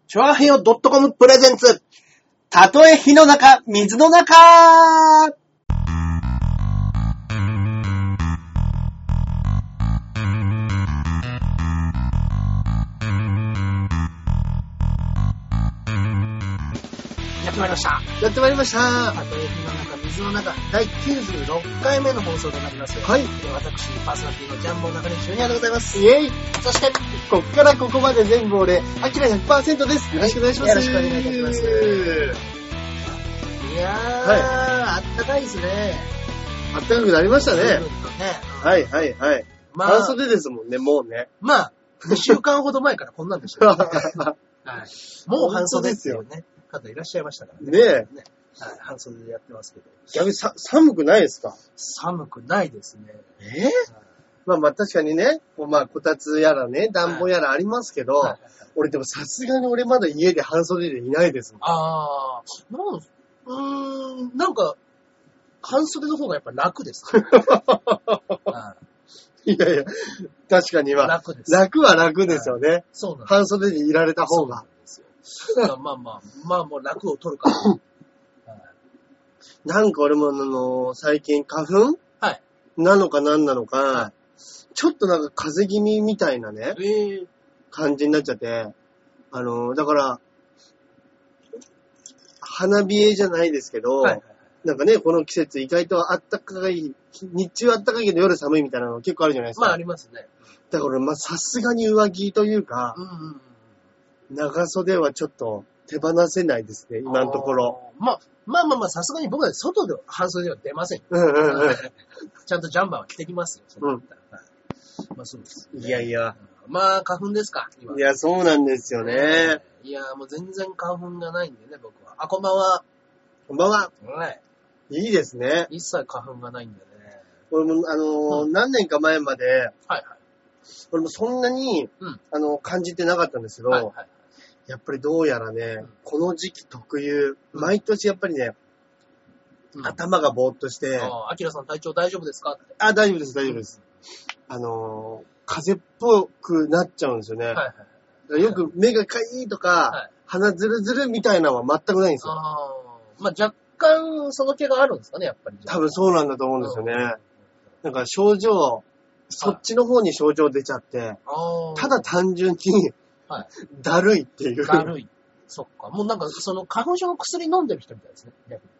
チョアヘヨ .com プレゼンツ。たとえ火の中、水の中。やってまいりました。 やってまいりました。 たとえ火の中、水の中、第96回目の放送となります。 はい。 私、パーソナリティのジャンボ中西ジュニアでございます。 イェイ。 そして、 こっからここまで全部俺、アキラ 100% です。よろしくお願いします。 よろしくお願いいたします。いやー、はい、あったかいですね。 あったかくなりましたね。 ね、 はいはいはい。まあ、半袖ですもんね、もうね。 まあ、2週間ほど前からこんなんでしたね。はい。もう半袖ですよね。方いらっしゃいましたからね。 ねえ。 はい、半袖でやってますけど。 逆に寒くないですか？ 寒くないですね。 まあまあ確かにね、まあこたつやらね、暖房やらありますけど、はい、俺でもさすがに俺まだ家で半袖でいないですもん。 あー、なんか、半袖の方がやっぱ楽です、ね。 いやいや、確かには。 楽です。 楽は楽ですよね。はい、 そうなんです。 半袖でいられた方が。 まあもう楽を取るから。 なんか俺も最近花粉、 はい、 なのか何なのか、 はい、 ちょっとなんか風邪気味みたいなね、感じになっちゃって、だから、花冷えじゃないですけど、はい、なんかね、この季節意外と暖かい、日中暖かいけど夜寒いみたいなの結構あるじゃないですか。 まあありますね。だからまあさすがに上着というか、長袖はちょっと手放せないですね、今のところ。 まあ、さすがに僕は外で半袖では出ません。ちゃんとジャンバーは着てきますよ。まあそうです、ね。 いや。 まあ花粉ですか。 今いや、そうなんですよね。 いや、もう全然花粉がないんでね、僕は。あ、こんばんは。 こんばんは。 はい。 いいですね。 一切花粉がないんでね。 これも何年か前まで、 はいはい。 これもそんなに、感じてなかったんですけど、やっぱりどうやらね、この時期特有、毎年やっぱりね、頭がぼーっとして。 アキラさん体調大丈夫ですかって。 大丈夫です、大丈夫です。風邪っぽくなっちゃうんですよね。よく目がかゆいとか、鼻ズルズルみたいなのは全くないんですよ。 まあ若干その気があるんですかね、やっぱり。 多分そうなんだと思うんですよね。なんか症状、そっちの方に症状出ちゃって、ただ単純に、だるいっていう。 だるい。そっか。もうなんかその花粉症の薬飲んでる人みたいですね。逆に。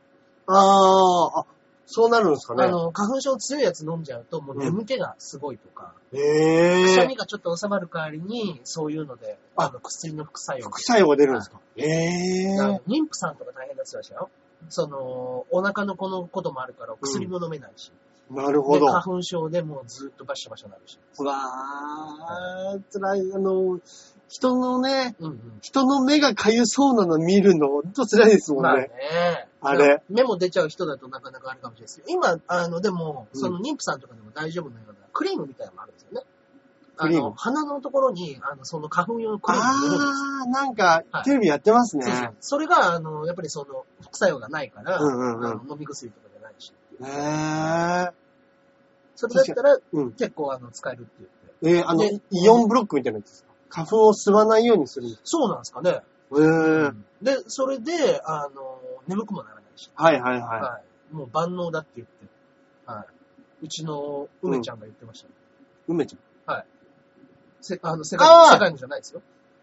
そうなるんですかね。 花粉症強いやつ飲んじゃうと、もう眠気がすごいとか。くしゃみがちょっと収まる代わりに、そういうので、薬の副作用。 副作用が出るんですか？ 妊婦さんとか大変だって言ってましたよ。お腹の子のこともあるから、薬も飲めないし。 なるほど。 花粉症でもうずっとバシャバシャなるし。 うわー、辛い。人のね、人の目がかゆそうなの見るの、ほんと辛いですもんね。 まあね。 あれ。 目も出ちゃう人だとなかなかあるかもしれないですけど、今、でも、その妊婦さんとかでも大丈夫なようなクリームみたいなのもあるんですよね。クリーム鼻のところに、その花粉用のクリームを塗るんですよ。 なんか、テレビやってますね。 そう。それが、やっぱり副作用がないから、飲み薬とかじゃないし。それだったら、結構使えるって言って。イオンブロックみたいなやつですか？花粉を吸わないようにするんですか？ そうなんですかね。で、それで、眠くもならないし。はい。もう万能だって言って。はい。うちの梅ちゃんが言ってましたね。 梅ちゃん？ はい。世界のじゃないですよ。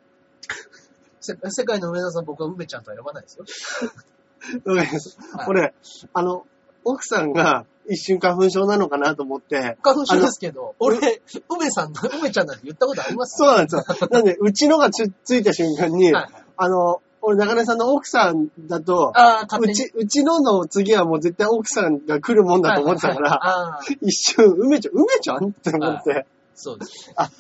世界の梅田さん僕は梅ちゃんとは呼ばないですよ。 わかります。俺、奥さんが一瞬花粉症なのかなと思って。 花粉症ですけど、俺、梅ちゃんなんて言ったことありますか？そうなんですよ。なんで、うちのがついた瞬間に、俺、中根さんの奥さんだと、うちの次はもう絶対奥さんが来るもんだと思ってたから、一瞬、梅ちゃんって思って。 そうです。 はい。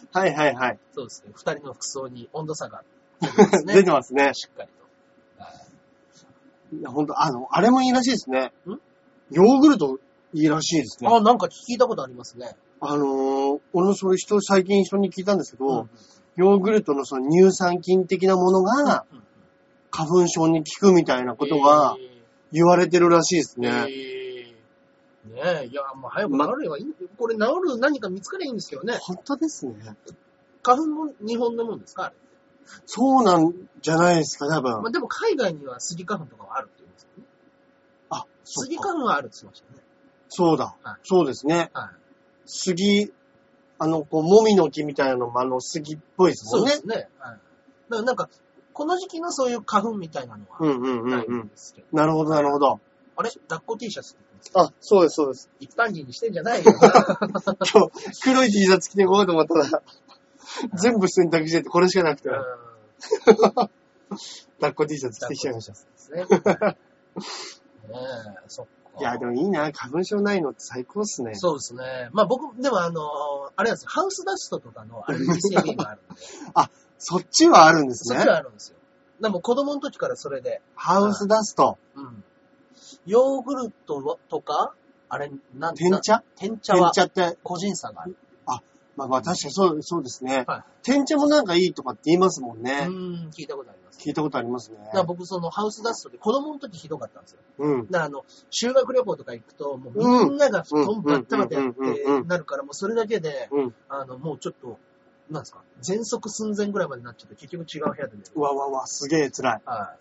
そうですね。二人の服装に温度差が出てますね。 しっかりと。いや、ほんと、あれもいいらしいですね。ヨーグルトいいらしいですね。 なんか聞いたことありますね。 俺もそれ最近人に聞いたんですけど、ヨーグルトのその乳酸菌的なものが、花粉症に効くみたいなことが言われてるらしいですね。 ねえ、いや、もう早く治ればいい。これ治る何か見つかればいいんですけどね。 本当ですね。 花粉も日本のもんですか？あれ。 そうなんじゃないですか、多分。 まあでも海外にはスギ花粉とかはあるって言うんですよね。 あ、 スギ花粉はあるって言ってましたね。 そうだ。 はい、 そうですね。はい。杉、もみの木みたいなのも杉っぽいですもんね。 そうですね。はい。だからなんか、この時期のそういう花粉みたいなのはないんですけど。 なるほど、なるほど。 あれ抱っこ T シャツって言ってますか？あ、そうです、そうです。 一般人にしてんじゃないよ。今日、黒い T シャツ着ていこうと思ったら、全部選択してて、これしかなくて。抱っこ T シャツ着てきちゃいました。ですね。そっか。 いや、でもいいな。花粉症ないのって最高っすね。 そうですね。まあ僕、でもあれなんですよ。ハウスダストとかのアレルギー制限があるんで。 あ、そっちはあるんですね。 そっちはあるんですよ。でも子供の時からそれで。 ハウスダスト。 うん。ヨーグルトとか、あれ、 天茶はって個人差がある。 あ、まあ確かにそうですね。はい。天茶もなんかいいとかって言いますもんね。 聞いたことあります。 聞いたことありますね。 だから僕そのハウスダストで子供の時ひどかったんですよ。 うん。 だから修学旅行とか行くと、もうみんなが布団バッタバタやってなるから、もうそれだけで、もうちょっと、なんですか、喘息寸前ぐらいまでなっちゃって、結局違う部屋で寝る。 うわ、すげえ辛い。 はい。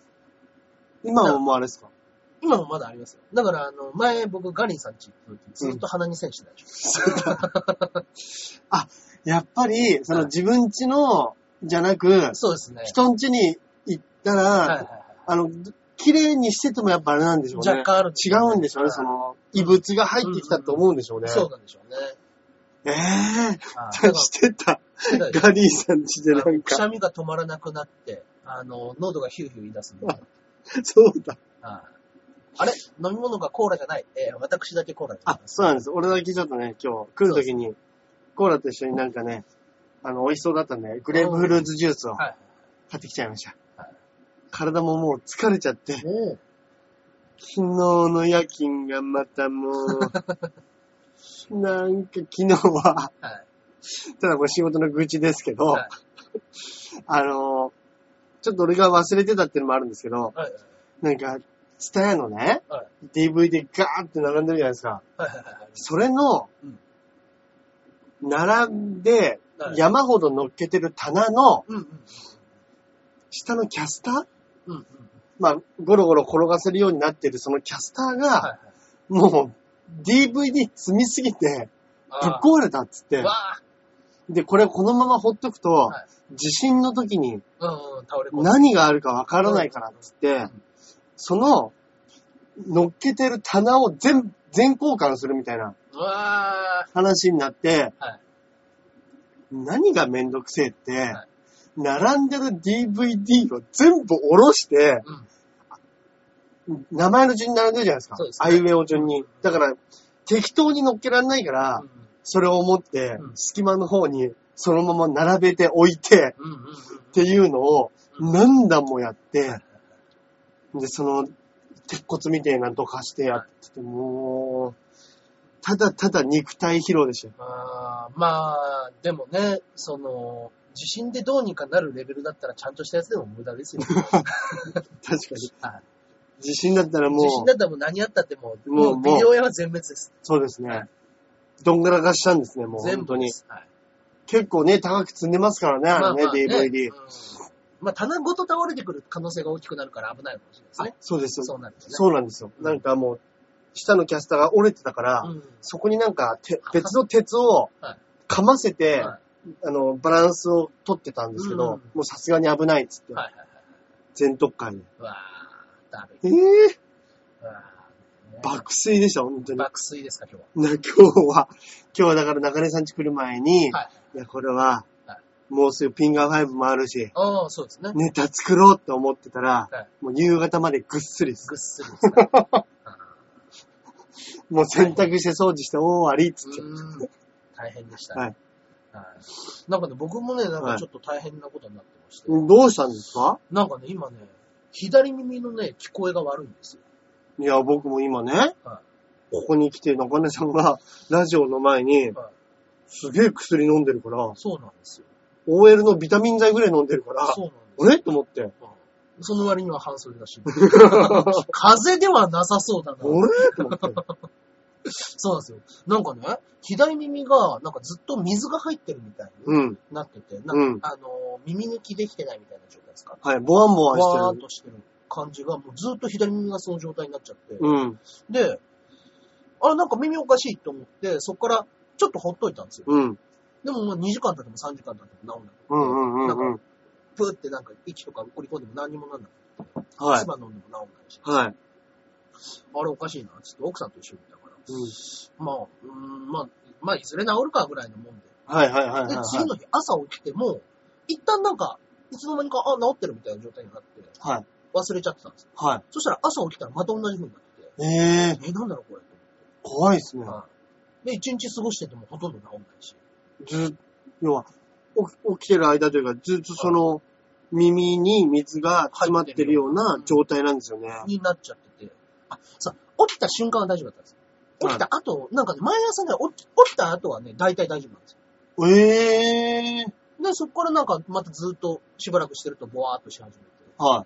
今はもうあれですか？ 今もまだありますよ。だから前僕ガリンさんち行った時、ずっと鼻に線してたでしょ。 あ、やっぱり、自分家の、じゃなく、 そうですね。 人ん家に行ったら、綺麗にしててもやっぱあれなんでしょうね。 若干ある、 違うんでしょうね。異物が入ってきたと思うんでしょうね。 そうなんでしょうね。 してた。ガリーさん家でなんか。 くしゃみが止まらなくなって、喉がヒューヒュー言い出すんで。 そうだ。 あれ飲み物がコーラじゃない。私だけコーラじゃない。 そうなんです。俺だけちょっとね、今日来るときに、コーラと一緒になんかね、美味しそうだったんで、グレープフルーツジュースを買ってきちゃいました。体ももう疲れちゃって、昨日の夜勤がまたもう、なんか昨日は、ただこれ仕事の愚痴ですけど、ちょっと俺が忘れてたっていうのもあるんですけど、なんか、ツタヤのね、DVD ガーって並んでるじゃないですか。それの、並んで、山ほど乗っけてる棚の、下のキャスター、まあ、ゴロゴロ転がせるようになってるそのキャスターが、もう DVD 積みすぎて、ぶっ壊れたっつって、で、これこのままほっとくと、地震の時に何があるかわからないからっつって、その乗っけてる棚を全交換するみたいな話になって、何がめんどくせえって、並んでる DVD を全部下ろして、名前の順に並んでるじゃないですか。あいうえお順に。だから、適当に乗っけられないから、それを持って、隙間の方にそのまま並べて置いて、っていうのを何段もやって、で、鉄骨みたいなのとかしてやってて、もう、ただただ肉体疲労でしたよ。 まあ、でもね、地震でどうにかなるレベルだったらちゃんとしたやつでも無駄ですよ。確かに。地震だったらもう何やったってもうビデオ屋は全滅です。 そうですね。どんがらがしたんですね、もう本当に。結構ね、高く積んでますからね、DVD。 まあ、棚ごと倒れてくる可能性が大きくなるから危ないかもしれないですね。 そうですよ。 そうなんですよね。 そうなんですよ。なんかもう、下のキャスターが折れてたから、そこになんか別の鉄をかませて、バランスを取ってたんですけど、もうさすがに危ないっつって。全特会で。爆睡でした、本当に。 爆睡ですか、今日はだから中根さん家来る前に、いや、これは、もうすぐピンガー5もあるし、 そうですね。 ネタ作ろうって思ってたら、もう夕方までぐっすりです。 ぐっすりですか。 もう洗濯して掃除して終わりっつって。 大変でした。なんかね、僕もね、なんかちょっと大変なことになってまして。 どうしたんですか？ なんかね、今ね、左耳のね、聞こえが悪いんですよ。 いや、僕も今ね、ここに来て中根さんがラジオの前に、すげえ薬飲んでるから、 そうなんですよ。 OL のビタミン剤ぐらい飲んでるから、 そうなんです。 あれと思って。 その割には半袖だし。風邪ではなさそうだな。 あれと思って。 そうなんですよ。なんかね、左耳が、なんかずっと水が入ってるみたいになってて、なんか、耳抜きできてないみたいな状態ですか？ はい、ボワンボワンしてる。 ボワーンとしてる感じが、もうずっと左耳がその状態になっちゃって。で、なんか耳おかしいと思って、そこからちょっとほっといたんですよ。でも、2時間経っても3時間経っても治んなくて。なんか、プーってなんか息とか送り込んでも何にもなんなくて。はい。唾飲んでも治んないし。はい。あれおかしいな、つって奥さんと一緒にいたから。まあ、いずれ治るかぐらいのもんで。はい。で、次の日朝起きても、一旦なんか、いつの間にか、治ってるみたいな状態になって、はい。忘れちゃってたんですよ。はい。そしたら朝起きたらまた同じ風になってて、なんだろうこれと思って。 怖いっすね。 はい。で、一日過ごしててもほとんど治んないし。 要は、起きてる間というか、ずっとその、耳に水が詰まってるような状態なんですよね。 になっちゃってて。起きた瞬間は大丈夫だったんですよ。起きた後、なんかね、毎朝ね、起きた後はね、大体大丈夫なんですよ。で、そこからなんか、またずっとしばらくしてると、ボワーっとし始めて。はい。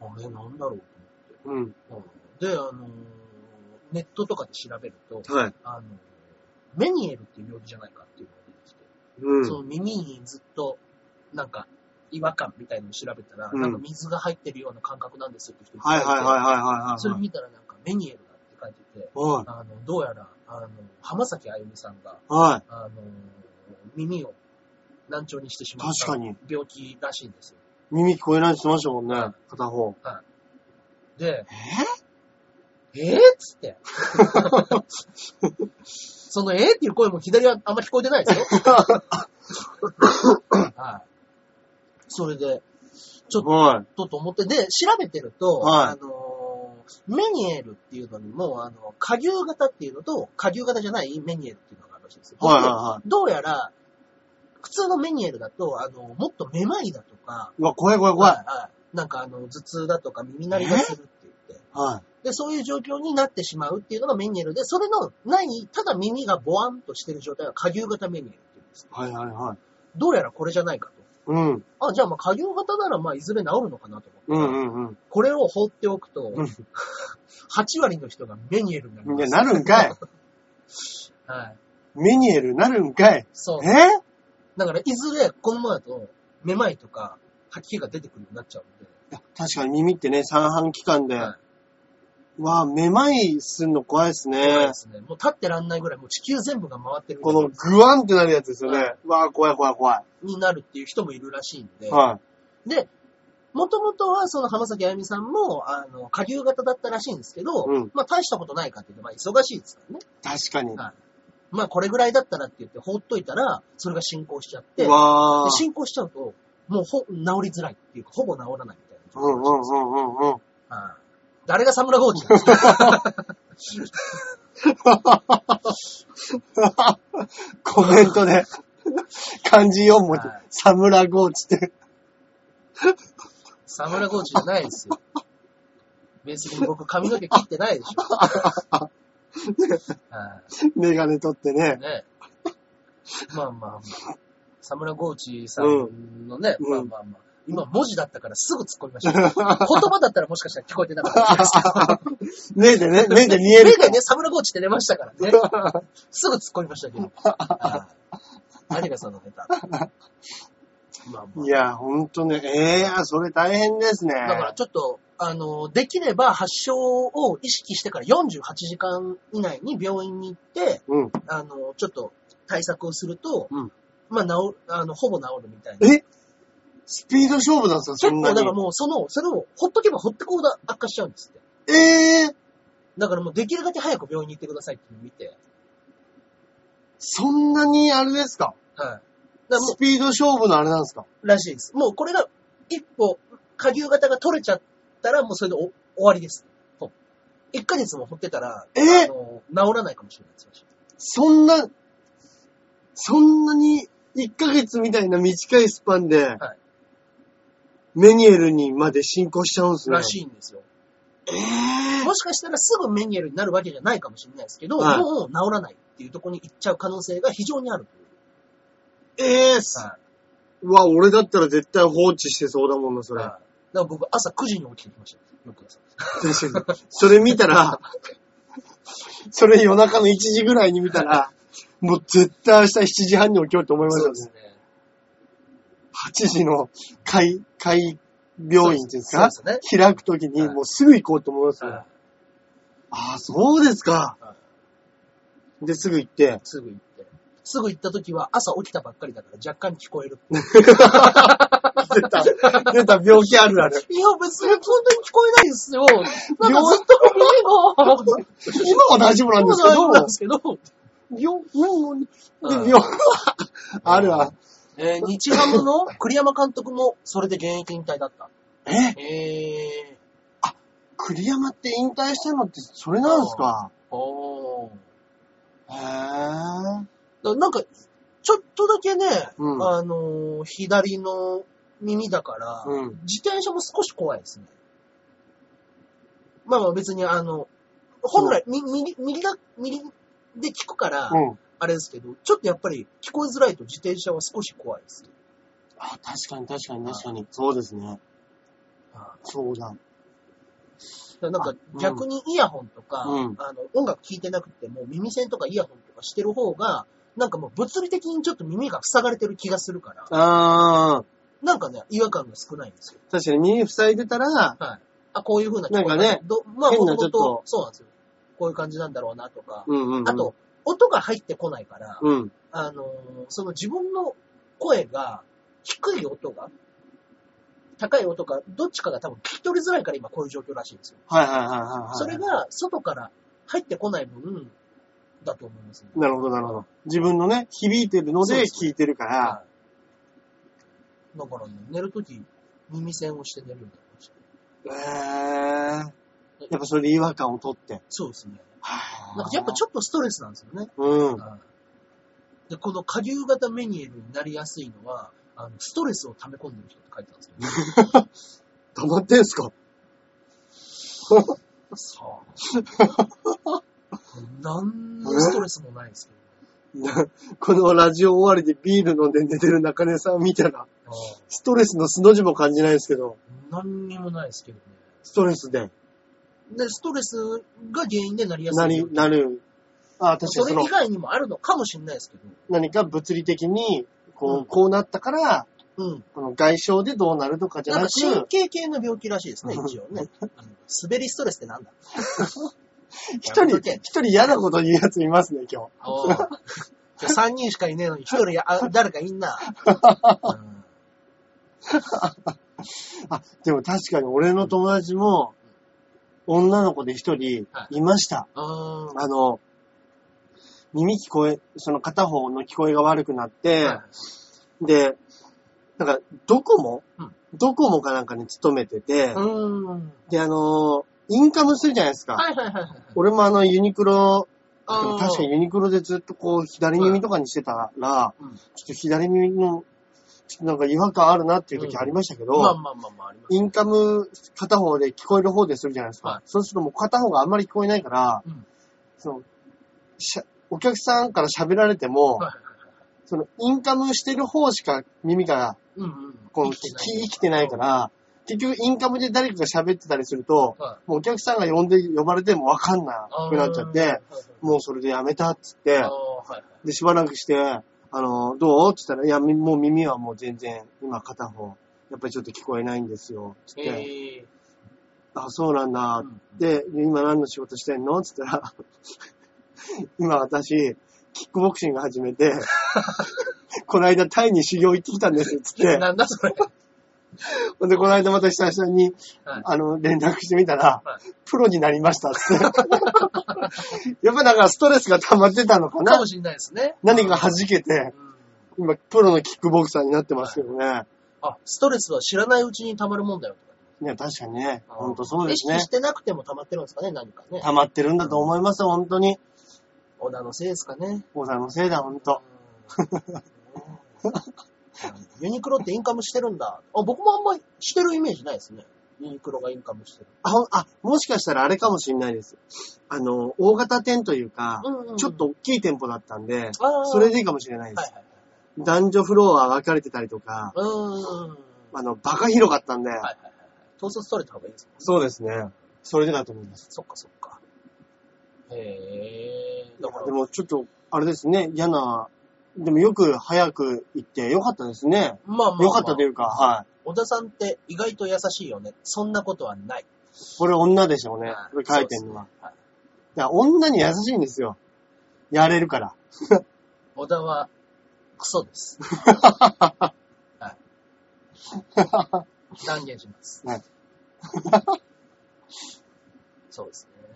あれ、なんだろうと思って。で、ネットとかで調べると、はい。メニエルっていう病気じゃないかっていうのが出てきて、その耳にずっと、なんか、違和感みたいなのを調べたら、なんか水が入ってるような感覚なんですよって人いっぱいいて、それ見たらなんかメニエルだって書いてて、どうやら、浜崎あゆみさんが、はい。耳を難聴にしてしまった病気らしいんですよ。 耳聞こえないって言ってましたもんね、片方。はい。 で、つって。そのっていう声も左はあんま聞こえてないですよ。はい。それで、ちょっとと思って、で、調べてると、メニエルっていうのにも、下牛型っていうのと、下牛型じゃないメニエルっていうのがあるらしいんですよ。どうやら、普通のメニエルだと、もっとめまいだとか、 怖い。 なんか頭痛だとか耳鳴りがするって言って、はい。で、そういう状況になってしまうっていうのがメニエルで、それのない、ただ耳がボワンとしてる状態は下牛型メニエルって言うんです。はい。どうやらこれじゃないかと。じゃあ下牛型ならいずれ治るのかなと思って。これを放っておくと、8割の人がメニエルになります。 いや、なるんかい。はい。メニエルなるんかい。 そう。だから、いずれ、このままだと、めまいとか、吐き気が出てくるようになっちゃうんで。 いや、確かに耳ってね、三半規管で。めまいすんの怖いですね。 怖いですね。もう立ってらんないぐらい、もう地球全部が回ってる。 このグワンってなるやつですよね。怖い。 になるっていう人もいるらしいんで。はい。で、もともとはその浜崎あゆみさんも、下牛型だったらしいんですけど、大したことないかっていうと、忙しいですからね。 確かに。はい。 これぐらいだったらって言って放っといたら、それが進行しちゃって、で進行しちゃうと、もう治りづらいっていうか、ほぼ治らないみたいな状況です。誰がサムラゴーチなんですかコメントで、漢字4文字、サムラゴーチって。 サムラゴーチじゃないですよ。別に僕髪の毛切ってないでしょ。 メガネ取ってね。 サムラゴーチさんのね、今文字だったからすぐ突っ込みました。言葉だったらもしかしたら聞こえてなかったですけど。 目で見える。 目でね、サムラゴーチって出ましたからね。すぐ突っ込みましたけど。何がそのネタ。 いや、ほんとね、それ大変ですね。 だからちょっと、できれば発症を意識してから48時間以内に病院に行って、ちょっと対策をすると、ほぼ治るみたいな。 スピード勝負なんですか、そんなに。 だからもうそれをほっとけばほってこうだ悪化しちゃうんですって。だからもうできるだけ早く病院に行ってくださいっていうのを見て。 そんなにあれですか？はい。スピード勝負のあれなんですか？ らしいです。もうこれが一歩、下牛型が取れちゃったらもうそれで終わりです。1ヶ月も放ってたら、治らないかもしれないです。 そんなに1ヶ月みたいな短いスパンで、メニエルにまで進行しちゃうんですね。 らしいんですよ。もしかしたらすぐメニエルになるわけじゃないかもしれないですけど、もう治らないっていうところに行っちゃう可能性が非常にあるという。 俺だったら絶対放置してそうだもんな、それ。 だから僕朝9時に起きてきました。よく朝。 確かに。それ見たら、 それ夜中の1時ぐらいに見たら、もう絶対明日7時半に起きようと思いますよね。そうですね。8時の開病院ですか？そうですね。開くときにもうすぐ行こうと思いますよ。ああ、そうですか。で、すぐ行って。すぐ行ったときは朝起きたばっかりだから若干聞こえる。出た、病気あるある。 いや、別に本当に聞こえないですよ。なんかずっと今は大丈夫なんですけど。病あるわ。 日ハムの栗山監督もそれで現役引退だった。 あ、栗山って引退したのってそれなんですか？ なんか、ちょっとだけね、左の耳だから、自転車も少し怖いですね。まあまあ別に本来、右で聞くから、あれですけど、ちょっとやっぱり聞こえづらいと自転車は少し怖いです。 あ、確かに。そうですね。そうだ。 なんか逆にイヤホンとか、音楽聴いてなくても耳栓とかイヤホンとかしてる方が、なんかもう物理的にちょっと耳が塞がれてる気がするから、なんかね、違和感が少ないんですよ。 確かに耳塞いでたら、 あ、こういう風ななんかね、 まあもともとそうなんですよ。こういう感じなんだろうなとか、あと、音が入ってこないから、その自分の声が、低い音が、高い音が、どっちかが多分聞き取りづらいから今こういう状況らしいんですよ。それが外から入ってこない分、だと思いますね。 なるほど。自分のね、響いてるので聞いてるから。 だからね、寝るとき、耳栓をして寝るようになりました。 やっぱそれで違和感を取って。 そうですね。なんかやっぱちょっとストレスなんですよね。で、この下流型メニエルになりやすいのは、ストレスを溜め込んでる人って書いてたんですよね。 溜まってんすか？ そう。なんのストレスもないですけど、ね。 このラジオ終わりでビール飲んで寝てる中根さん見たら、ストレスの素の字も感じないですけど。 何にもないですけどね。 ストレスで。 ストレスが原因でなりやすい。 なる。あ、確かにそれ以外にもあるのかもしれないですけど。 何か物理的に、こうなったから、この外傷でどうなるとかじゃなくて。 なんか神経系の病気らしいですね、一応ね。滑りストレスってなんだ？ 一人嫌なこと言うやついますね、今日。 3人しかいねえのに、一人誰かいんな。 あ、でも確かに俺の友達も、女の子で一人いました。その片方の聞こえが悪くなって、で、なんか、ドコモかなんかに勤めてて、で、インカムするじゃないですか。俺もユニクロ、確かにユニクロでずっとこう、左耳とかにしてたら、ちょっと左耳の、ちょっとなんか違和感あるなっていう時ありましたけど、インカム片方で聞こえる方でするじゃないですか。そうするともう片方があんまり聞こえないから、お客さんから喋られても、そのインカムしてる方しか耳が、生きてないから、結局インカムで誰かが喋ってたりすると、もうお客さんが呼ばれてもわかんなくなっちゃって、もうそれでやめたっつって、で、しばらくして、どうって言ったら、いや、もう耳はもう全然、今片方、やっぱりちょっと聞こえないんですよ、つって。あ、そうなんだ。で、今何の仕事してんのつったら、今私、キックボクシング始めて、この間タイに修行行ってきたんですつって。 なんだそれ。 で、この間また久々に、連絡してみたら、プロになりましたって。やっぱなんかストレスが溜まってたのかな。 かもしれないですね。 何か弾けて、今、プロのキックボクサーになってますけどね。 ストレスは知らないうちに溜まるもんだよ。 ね、確かにね。ほんとそうですね。 意識してなくても溜まってるんですかね、何かね。 溜まってるんだと思いますよ、ほんとに。 小田のせいですかね。 小田のせいだ、ほんと。 ユニクロってインカムしてるんだ。僕もあんまりしてるイメージないですね。ユニクロがインカムしてる。 もしかしたらあれかもしれないです。大型店というか、ちょっと大きい店舗だったんで、それでいいかもしれないです。男女フロア分かれてたりとか、バカ広かったんで、 統率取れた方がいいですね。 そうですね。それでだと思います。 そっかそっか。 だからでもちょっと、あれですね、嫌な、でもよく早く行ってよかったですね。 まあ、 よかったというか、はい。 小田さんって意外と優しいよね。そんなことはない。 これ女でしょうね。これ書いてんのは。はい、いや、女に優しいんですよ。やれるから。 小田は、クソです。はい、断言します。はい、そうですね。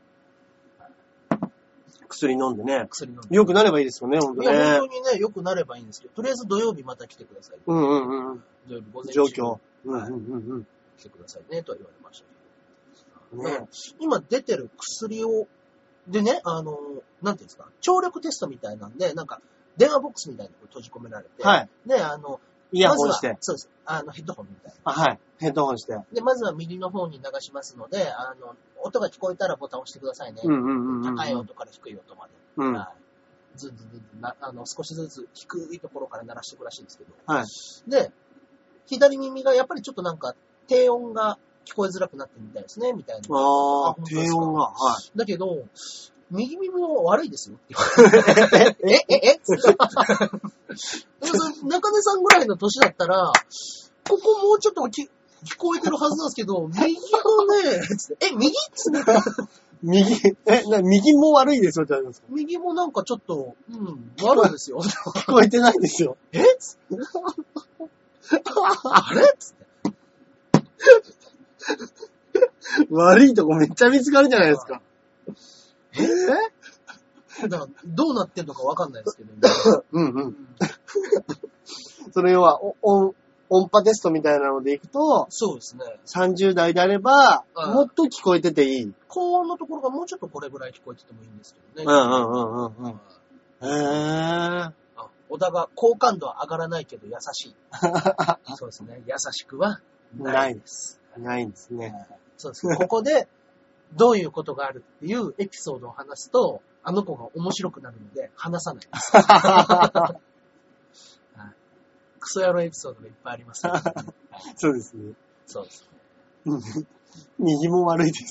薬飲んでね。薬飲んで。良くなればいいですよね、本当ね。 いや、本当にね、良くなればいいんですけど、とりあえず土曜日また来てください。 うんうんうん。 土曜日午前中。状況。 うんうんうん。来てくださいね、と言われましたけど。ね、今出てる薬を、でね、なんていうんですか、聴力テストみたいなんで、なんか、電話ボックスみたいなのが閉じ込められて、 はい。 で、 イヤホンして。 そうです。ヘッドホンみたいな。はい。ヘッドホンして。 で、まずは右の方に流しますので、音が聞こえたらボタンを押してくださいね。高い音から低い音まで。うん。ずんずんずん少しずつ低いところから鳴らしていくらしいんですけど。 はい。 で、左耳がやっぱりちょっとなんか、低音が聞こえづらくなってるみたいですね、みたいな。 ああ、低音が。はい。 だけど、右耳も悪いですよって言われて。中根さんぐらいの年だったら、ここもうちょっと聞こえてるはずなんですけど、右がね、右っつって右も悪いですよって言われますか？ 右もなんかちょっと、悪いですよ。 聞こえてないですよ。 つって。あれつって。 悪いとこめっちゃ見つかるじゃないですか。 だからどうなってんのかわかんないですけど、 それは音波テストみたいなのでいくと、 そうですね。 30代であれば、もっと聞こえてていい。 高音のところがもうちょっとこれぐらい聞こえててもいいんですけどね。小田が好感度は上がらないけど優しい。そうですね。優しくはないです。 ないんですね。 そうですね。ここで、どういうことがあるっていうエピソードを話すと、あの子が面白くなるので、話さないです。クソ野郎エピソードがいっぱいありますからね。 そうですね。 そうですね。右も悪いです。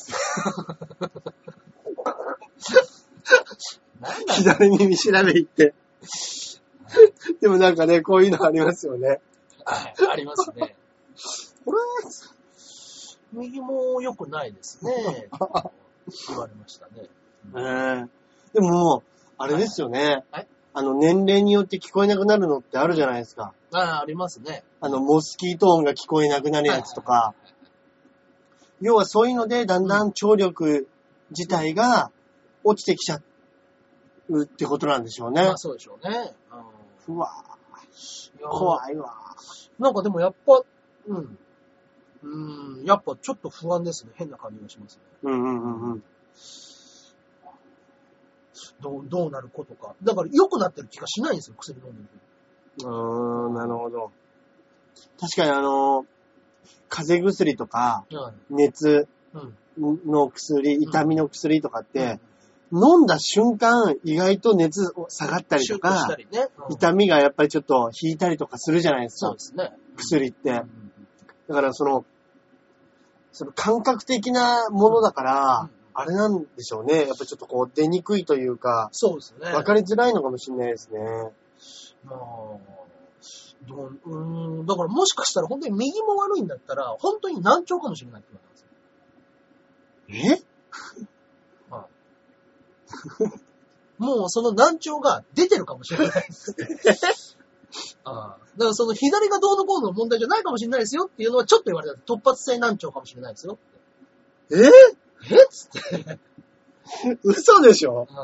左耳調べ行って。でもなんかね、こういうのありますよね。 はい、ありますね。これ、右も良くないですね。言われましたね。 でも、あれですよね。はい、年齢によって聞こえなくなるのってあるじゃないですか。 ありますね。 モスキート音が聞こえなくなるやつとか。要はそういうので、だんだん聴力自体が落ちてきちゃうってことなんでしょうね。 まあそうでしょうね。 うわぁ。怖いわ。 なんかでもやっぱ、やっぱちょっと不安ですね。変な感じがしますね。どうなることか。だから良くなってる気がしないんですよ、薬飲んでると。なるほど。確かに風邪薬とか、熱の薬、痛みの薬とかって、飲んだ瞬間、意外と熱下がったりとか、痛みがやっぱりちょっと引いたりとかするじゃないですか。 そうですね。 薬って。だからその感覚的なものだから、あれなんでしょうね。やっぱちょっとこう出にくいというか、 そうですね。 わかりづらいのかもしれないですね。 だからもしかしたら本当に右も悪いんだったら、本当に難聴かもしれないって言われたんですよ。もうその難聴が出てるかもしれないです。だからその左がどうのこうの問題じゃないかもしれないですよっていうのはちょっと言われた。突発性難聴かもしれないですよ。つって。 嘘でしょ？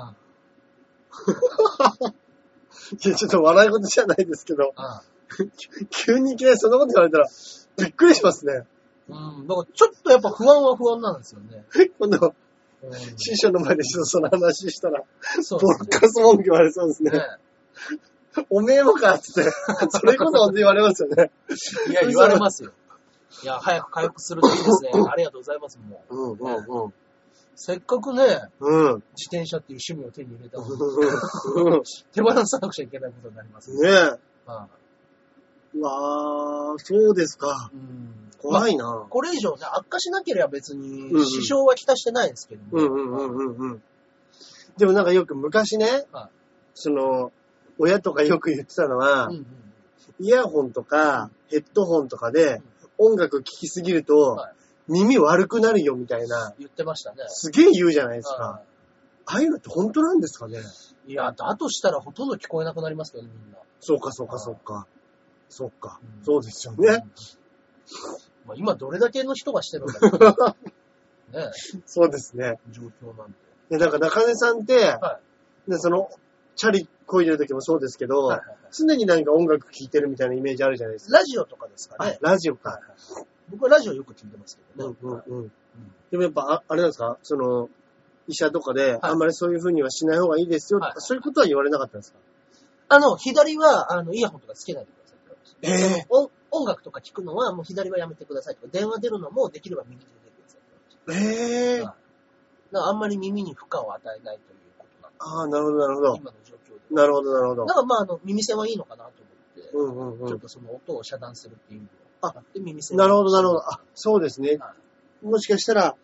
いや、ちょっと笑い事じゃないですけど。急にいきなりそんなこと言われたら、びっくりしますね。 だからちょっとやっぱ不安は不安なんですよね。 今度、師匠の前でちょっとその話したら、ボロカス文句言われそうですね。おめえもかっつって、それこそ本当に言われますよね。 いや、言われますよ。いや、早く回復するといいですね。ありがとうございます、もう。せっかくね、自転車っていう趣味を手に入れたのに、手放さなくちゃいけないことになりますね。うわー、そうですか。怖いな、 これ以上ね、悪化しなければ別に支障はきたしてないですけども。 でもなんかよく昔ね、親とかよく言ってたのは、イヤホンとかヘッドホンとかで音楽聴きすぎると耳悪くなるよみたいな。 言ってましたね。 すげえ言うじゃないですか。ああいうのって本当なんですかね。 いや、だとしたらほとんど聞こえなくなりますけどね、みんな。 そうか。そうですよね。 まあ、今どれだけの人がしてるんだろうね。 そうですね。 状況なんで。 で、なんか中根さんって、でチャリ漕いでる時もそうですけど、常になんか音楽聴いてるみたいなイメージあるじゃないですか。 ラジオとかですかね。 ラジオか。 僕はラジオよく聞いてますけどね。 でもやっぱ、あれなんですか医者とかで、あんまりそういう風にはしない方がいいですよとか、そういうことは言われなかったんですか？ 左は、イヤホンとかつけないでください。音楽とか聞くのは、もう左はやめてくださいとか、電話出るのもできれば右で出てください。だからあんまり耳に負荷を与えないということなんです。 ああ、なるほど。 今の状況で。 なるほど。 だからまあ、耳栓はいいのかなと思って、ちょっとその音を遮断するっていうのをあって耳栓。 なるほど。あ、そうですね。もしかしたら、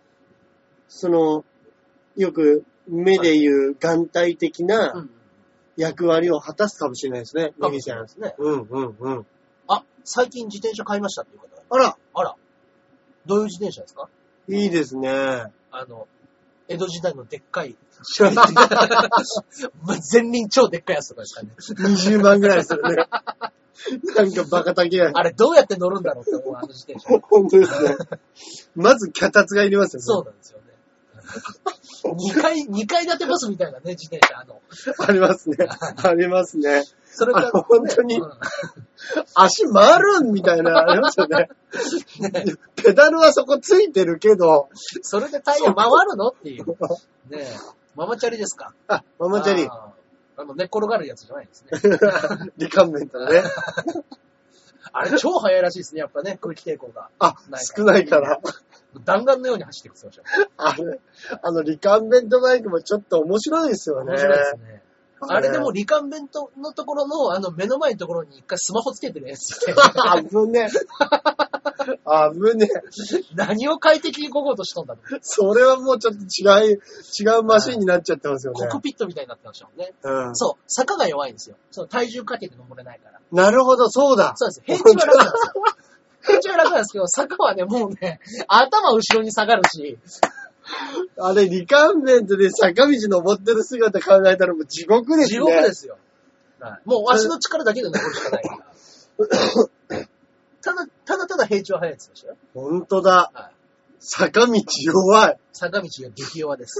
よく目で言う眼帯的な役割を果たすかもしれないですね。耳栓ですね。 あ、最近自転車買いましたっていう方が。 あら。どういう自転車ですか？ いいですね。 江戸時代のでっかい。前輪超でっかいやつとかですかね。 20万ぐらいするね。なんかバカ高い。 あれどうやって乗るんだろうって思う、自転車。 本当ですね。まず脚立がいりますよね。 そうなんですよね。2階建てバスみたいなね、自転車。 ありますね。ありますね。 それから、 本当に、足回るんみたいな、ありますよね。ペダルはそこついてるけど。 それでタイヤ回るのっていう。ねえ。ママチャリですか？ ママチャリ。 寝っ転がるやつじゃないですね。 リカンメントね。 あれ超速いらしいですね、やっぱね、空気抵抗が。 少ないから。 弾丸のように走ってくって言ってましたよ。リカンベントバイクもちょっと面白いですよね。 面白いですね。あれでもリカンベントのところの、目の前のところに一回スマホつけてるやつ。 危ね。 何を快適にこごうとしとんだろう。 それはもうちょっと違うマシンになっちゃってますよね。 コックピットみたいになってましたもんね。そう、坂が弱いんですよ。体重かけて登れないから。 なるほど、そうだ。 そうです。平地は楽なんですよ。平地は楽なんですけど、坂はね、もうね、頭後ろに下がるし。 あれ、リカンベントで坂道登ってる姿考えたらもう地獄ですね。 地獄ですよ。もう足の力だけで登るしかないから。ただ平地は速いですよ。 ほんとだ。坂道弱い。 坂道が激弱です。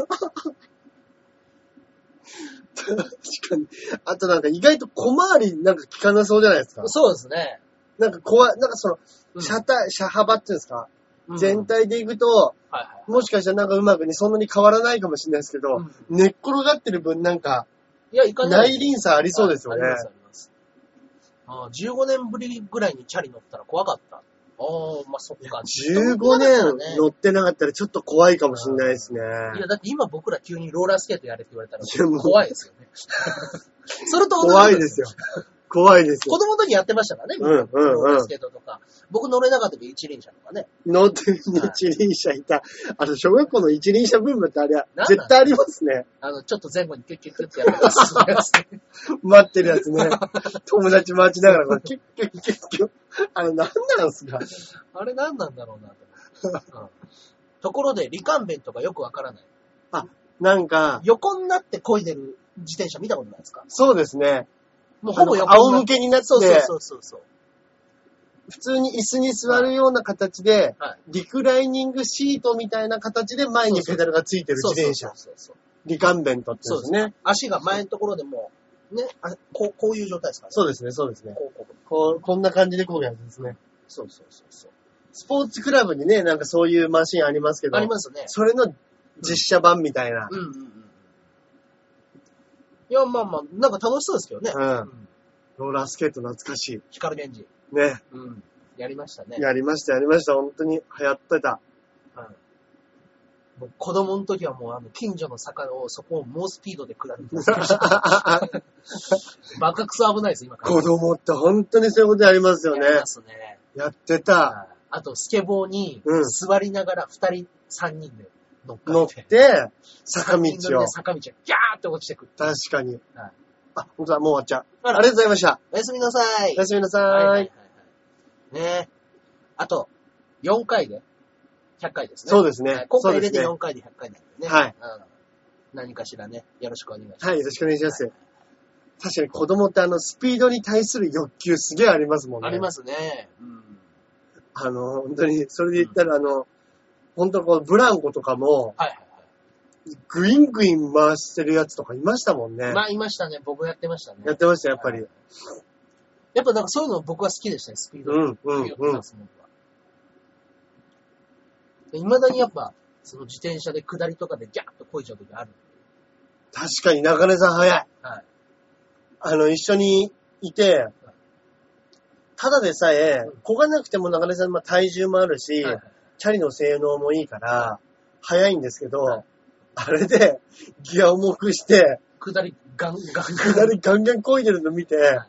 確かに。あとなんか意外と小回りなんか効かなそうじゃないですか。 そうですね。 なんか怖い、なんか車幅っていうんですか、全体でいくと、もしかしたらなんかうまくね、そんなに変わらないかもしれないですけど、寝っ転がってる分なんか、内輪差ありそうですよね。 あります。15年ぶりぐらいにチャリ乗ったら怖かった。まあ、そっか。 15年乗ってなかったらちょっと怖いかもしれないですね。 いや、だって今僕ら急にローラースケートやれって言われたら怖いですよね。それと怖いですよ。怖いですよ。 子供の時やってましたからね、ローラースケートとか。僕乗れなかった時一輪車とかね。 乗って一輪車いた。小学校の一輪車ブームってあれは絶対ありますね。 ちょっと前後にキュッキュッキュッってやるやつ。 待ってるやつね。友達待ちながらキュッキュッキュッキュッ。何なんすか？ あれ何なんだろうなと。ところで、リカンベントがよくわからない。 なんか。 横になって漕いでる自転車見たことないですか？ そうですね。 もうほぼ横仰向けになって。 そう。 普通に椅子に座るような形で、リクライニングシートみたいな形で前にペダルがついてる自転車。リカンベントって言うんですね。 足が前のところでも、ね、こういう状態ですかね。 そうですね。こんな感じでこうやるんですね。そう。スポーツクラブにね、なんかそういうマシンありますけど。 ありますね。 それの実写版みたいな。 いや、まあ、なんか楽しそうですけどね。 ローラースケート懐かしい。 光源氏。 ね。 やりましたね。 やりました。本当に流行ってた。 もう子供の時はもう近所の坂をそこを猛スピードで下るみたいな。バカクソ危ないです、今から。 子供って本当にそういうことありますよね。 やりますね。 やってた。 あと、スケボーに座りながら2人、3人で乗って、坂道を。 ね、坂道をギャーって落ちてくる。 確かに。はい、あ、ほんとだ、もう終わっちゃう。ありがとうございました。 おやすみなさい。 おやすみなさい。はいはいはいはい、 ね、あと、4回で100回ですね。 そうですね。 今回入れて4回で100回なんでね。 はい。 何かしらね、よろしくお願いします。 はい、よろしくお願いします。はい、確かに子供ってスピードに対する欲求すげえありますもんね。 ありますね。うん。 本当に、それで言ったら本当こう、ブランコとかも、はいはいはい。グイングイン回してるやつとかいましたもんね。 まあ、いましたね。僕やってましたね。 やってました、やっぱり。 やっぱなんかそういうの僕は好きでしたね、スピード。うん、うん、うん。未だにやっぱ、その自転車で下りとかでギャーッと漕いじゃう時ある。 確かに中根さん早い。はい。一緒にいて、ただでさえ、漕がなくても中根さん体重もあるし、はい、チャリの性能もいいから、早いんですけど、はい、あれで、ギア重くして、 下りガンガン漕いでるの見て、はい、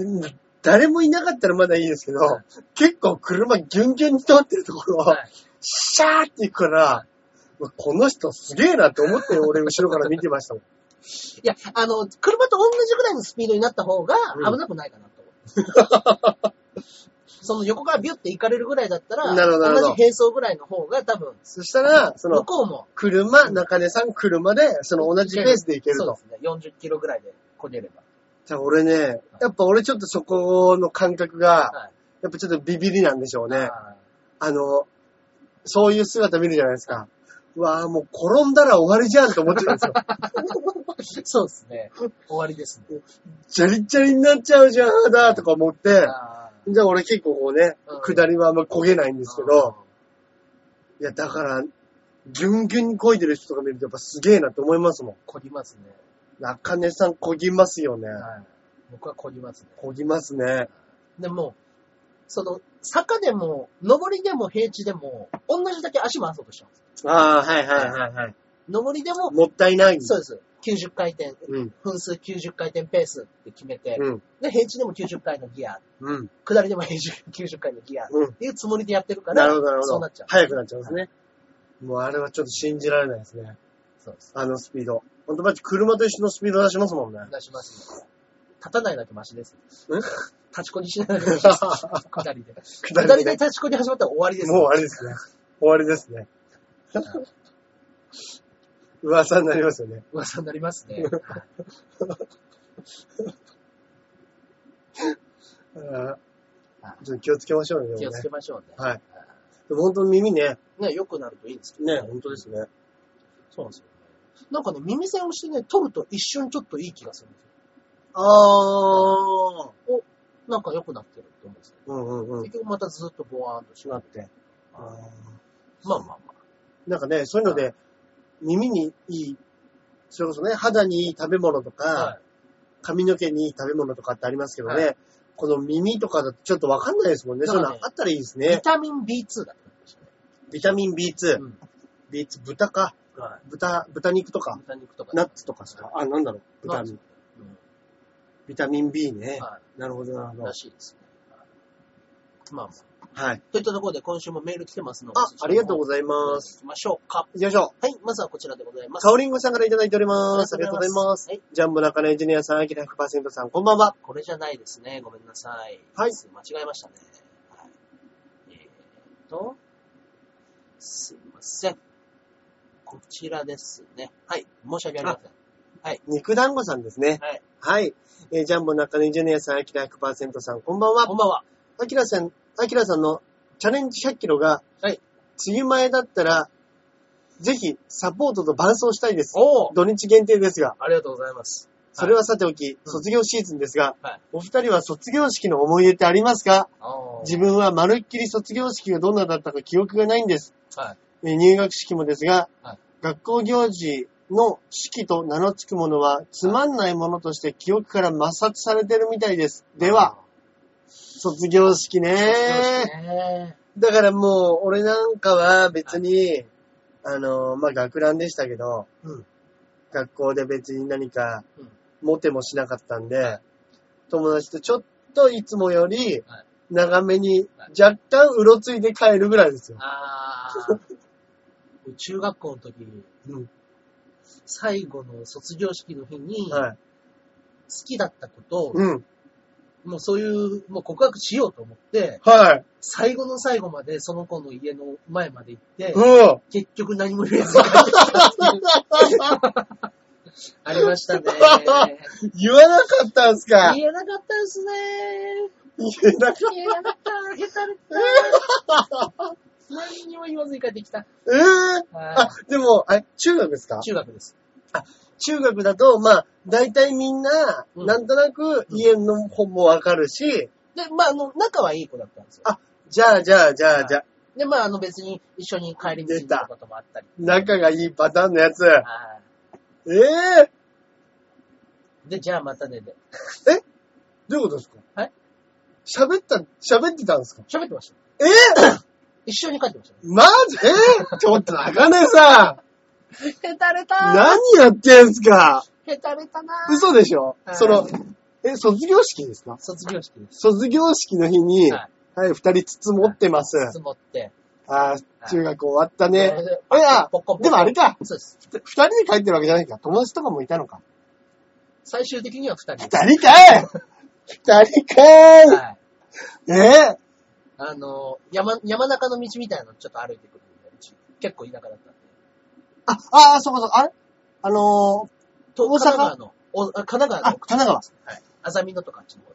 で誰もいなかったらまだいいですけど、はい、結構車ギュンギュンに通ってるところを、はい、シャーって行くから、この人すげえなって思って俺後ろから見てましたもん。 いや、車と同じぐらいのスピードになった方が危なくないかなと思う。その横からビュッて行かれるぐらいだったら、同じ並走ぐらいの方が多分。 そしたら、 向こうも。 中根さん車で、同じペースで行けると。 そうですね。40キロぐらいで漕げれば。 じゃあ俺ね、やっぱ俺ちょっとそこの感覚が、やっぱちょっとビビりなんでしょうね。そういう姿見るじゃないですか。うわぁ、もう転んだら終わりじゃんと思ってるんですよ。 そうですね。終わりですね。 チャリチャリになっちゃうじゃんだとか思って、じゃあ俺結構こうね、下りはあんま焦げないんですけど、いやだから、ギュンギュンに漕いでる人とか見るとやっぱすげえなって思いますもん。 漕ぎますね。 中根さん漕ぎますよね。はい、 僕は漕ぎますね。 漕ぎますね。 でも、坂でも、上りでも平地でも、同じだけ足回そうとしちゃうんです。 ああ、はいはいはいはい。 上りでも、 もったいない。 そうです。90回転、分数90回転ペースって決めて、で、平地でも90回のギア、下りでも90回のギアっていうつもりでやってるから、 なるほどなるほど。 そうなっちゃう。 速くなっちゃうんですね。もうあれはちょっと信じられないですね。そうです。スピード。ほんとマジ車と一緒のスピード出しますもんね。 出しますね。立たないだけマシです。立ちこにしないだけマシです。下りで。下りで立ちこに始まったら終わりです。 もう終わりですね。終わりですね。噂になりますよね。 噂になりますね。ちょっと気をつけましょうね。 気をつけましょうね。 はい。でも本当に耳ね。 ね、良くなるといいんですけどね。本当ですね。 そうなんですよ。なんかね、耳栓をしてね、取ると一瞬ちょっといい気がするんですよ。なんか良くなってるって思うんですよ。結局またずっとボワーンとしまって。まあまあまあ。 なんかね、そういうので、耳にいい、それこそね、肌にいい食べ物とか、髪の毛にいい食べ物とかってありますけどね、この耳とかだとちょっとわかんないですもんね。そういうのあったらいいですね。 ビタミン B2 だったんですよね。 ビタミン B2。B2、豚か。豚肉とか。ナッツとかさ。なんだろう。ビタミン B ね。なるほどなるほど。 らしいですね。まあまあ。 はい。 といったところで今週もメール来てますので。 ありがとうございます。 行きましょうか。 行きましょう。はい、まずはこちらでございます。 カオリンゴさんからいただいております。ありがとうございます。はい、ジャンボ中根エンジニアさん、アキラ 100% さん、こんばんは。 これじゃないですね。ごめんなさい。 はい。 間違えましたね。はい、すいません。こちらですね。はい。申し訳ありません。はい。 肉団子さんですね。 はい。 はい。ジャンボ中根エンジニアさん、アキラ 100% さん、こんばんは。 こんばんは。 アキラさんのチャレンジ100キロが、 はい。 梅雨前だったら、ぜひ、サポートと伴走したいです。土日限定ですが。 ありがとうございます。 それはさておき、卒業シーズンですが、お二人は卒業式の思い出ってありますか？自分はまるっきり卒業式がどんなだったか記憶がないんです。入学式もですが、学校行事の式と名の付くものは、つまんないものとして記憶から抹殺されてるみたいです。では、卒業式ね。だからもう、俺なんかは別に、学ランでしたけど、学校で別に何か、モテもしなかったんで、友達とちょっといつもより、長めに、若干うろついて帰るぐらいですよ。 中学校の時、最後の卒業式の日に、好きだったことを、もうそういう、もう告白しようと思って、最後の最後までその子の家の前まで行って、結局何も言えずに帰ってきたっていうありましたね。 言わなかったんすか？ 言えなかったですね。 言えなかった。 下手れた。何にも言わずに帰ってきた。 でも、中学ですか？ 中学です。 中学だと、まあ、大体みんな、なんとなく家の本もわかるし、で、 まあ、仲はいい子だったんですよ。 じゃあ。 で、まあ、別に一緒に帰り道に行ったこともあったり。 仲がいいパターンのやつ。 で、じゃあまたねで。 どういうことですか？ 喋ってたんですか？ 喋ってました。一緒に帰ってました、ね。 マジ？ちょっと中根さん。 へたれた。 何やってんすか？ へたれたな。 嘘でしょ？卒業式ですか？ 卒業式です。 卒業式の日に、二人筒持ってます。 筒持って。 中学終わったね。でもあれか。そうです。二人で帰ってるわけじゃないか。友達とかもいたのか。 最終的には二人。 二人かい！二人かい！ 山中の道みたいなのちょっと歩いてくるんで、結構田舎だったんで。 そう。あれ大阪神奈川の。 神奈川。 あざみのとかあっちの方です。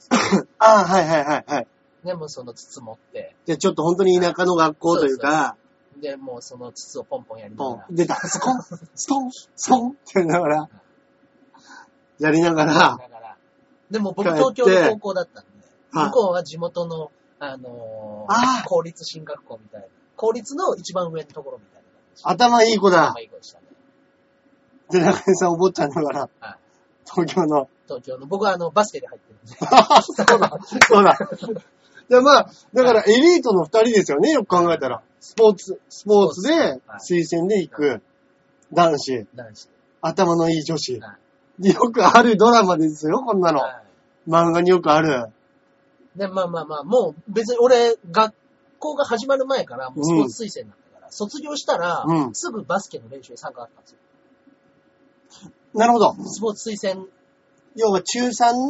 はい。 でもその筒持って。 で、ちょっと本当に田舎の学校というか。 で、もうその筒をポンポンやりながら。 出た。スコンってやりながら。やりながら。 でも僕東京の高校だったんで、向こうは地元の、公立進学校みたいな。公立の一番上のところみたいな。 頭いい子だ。 頭いい子でしたね。 で、中根さんお坊ちゃんだから。東京の。 僕はバスケで入ってるんで。 そうだ。じゃあまあ、だからエリートの二人ですよね、よく考えたら。スポーツで、推薦で行く男子。頭のいい女子。よくあるドラマですよ、こんなの。漫画によくある。 で、まあ、もう別に俺、学校が始まる前からもうスポーツ推薦だったから、卒業したら、すぐバスケの練習に参加あったんですよ。 なるほど。 スポーツ推薦。 要は中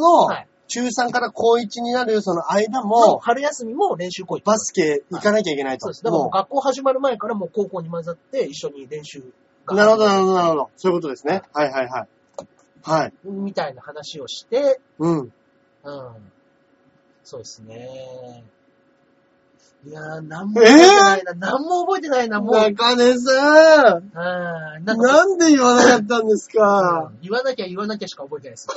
3から高1になるその間も、 春休みも練習行為。 バスケ行かなきゃいけないと。 そうです。だからもう学校始まる前からもう高校に混ざって一緒に練習が。 なるほど。そういうことですね。はい。 みたいな話をして、そうですね。いやー、なんも覚えてないな。なんも覚えてないな、もう。 中根さん。なんで言わなかったんですか？ 言わなきゃしか覚えてないです。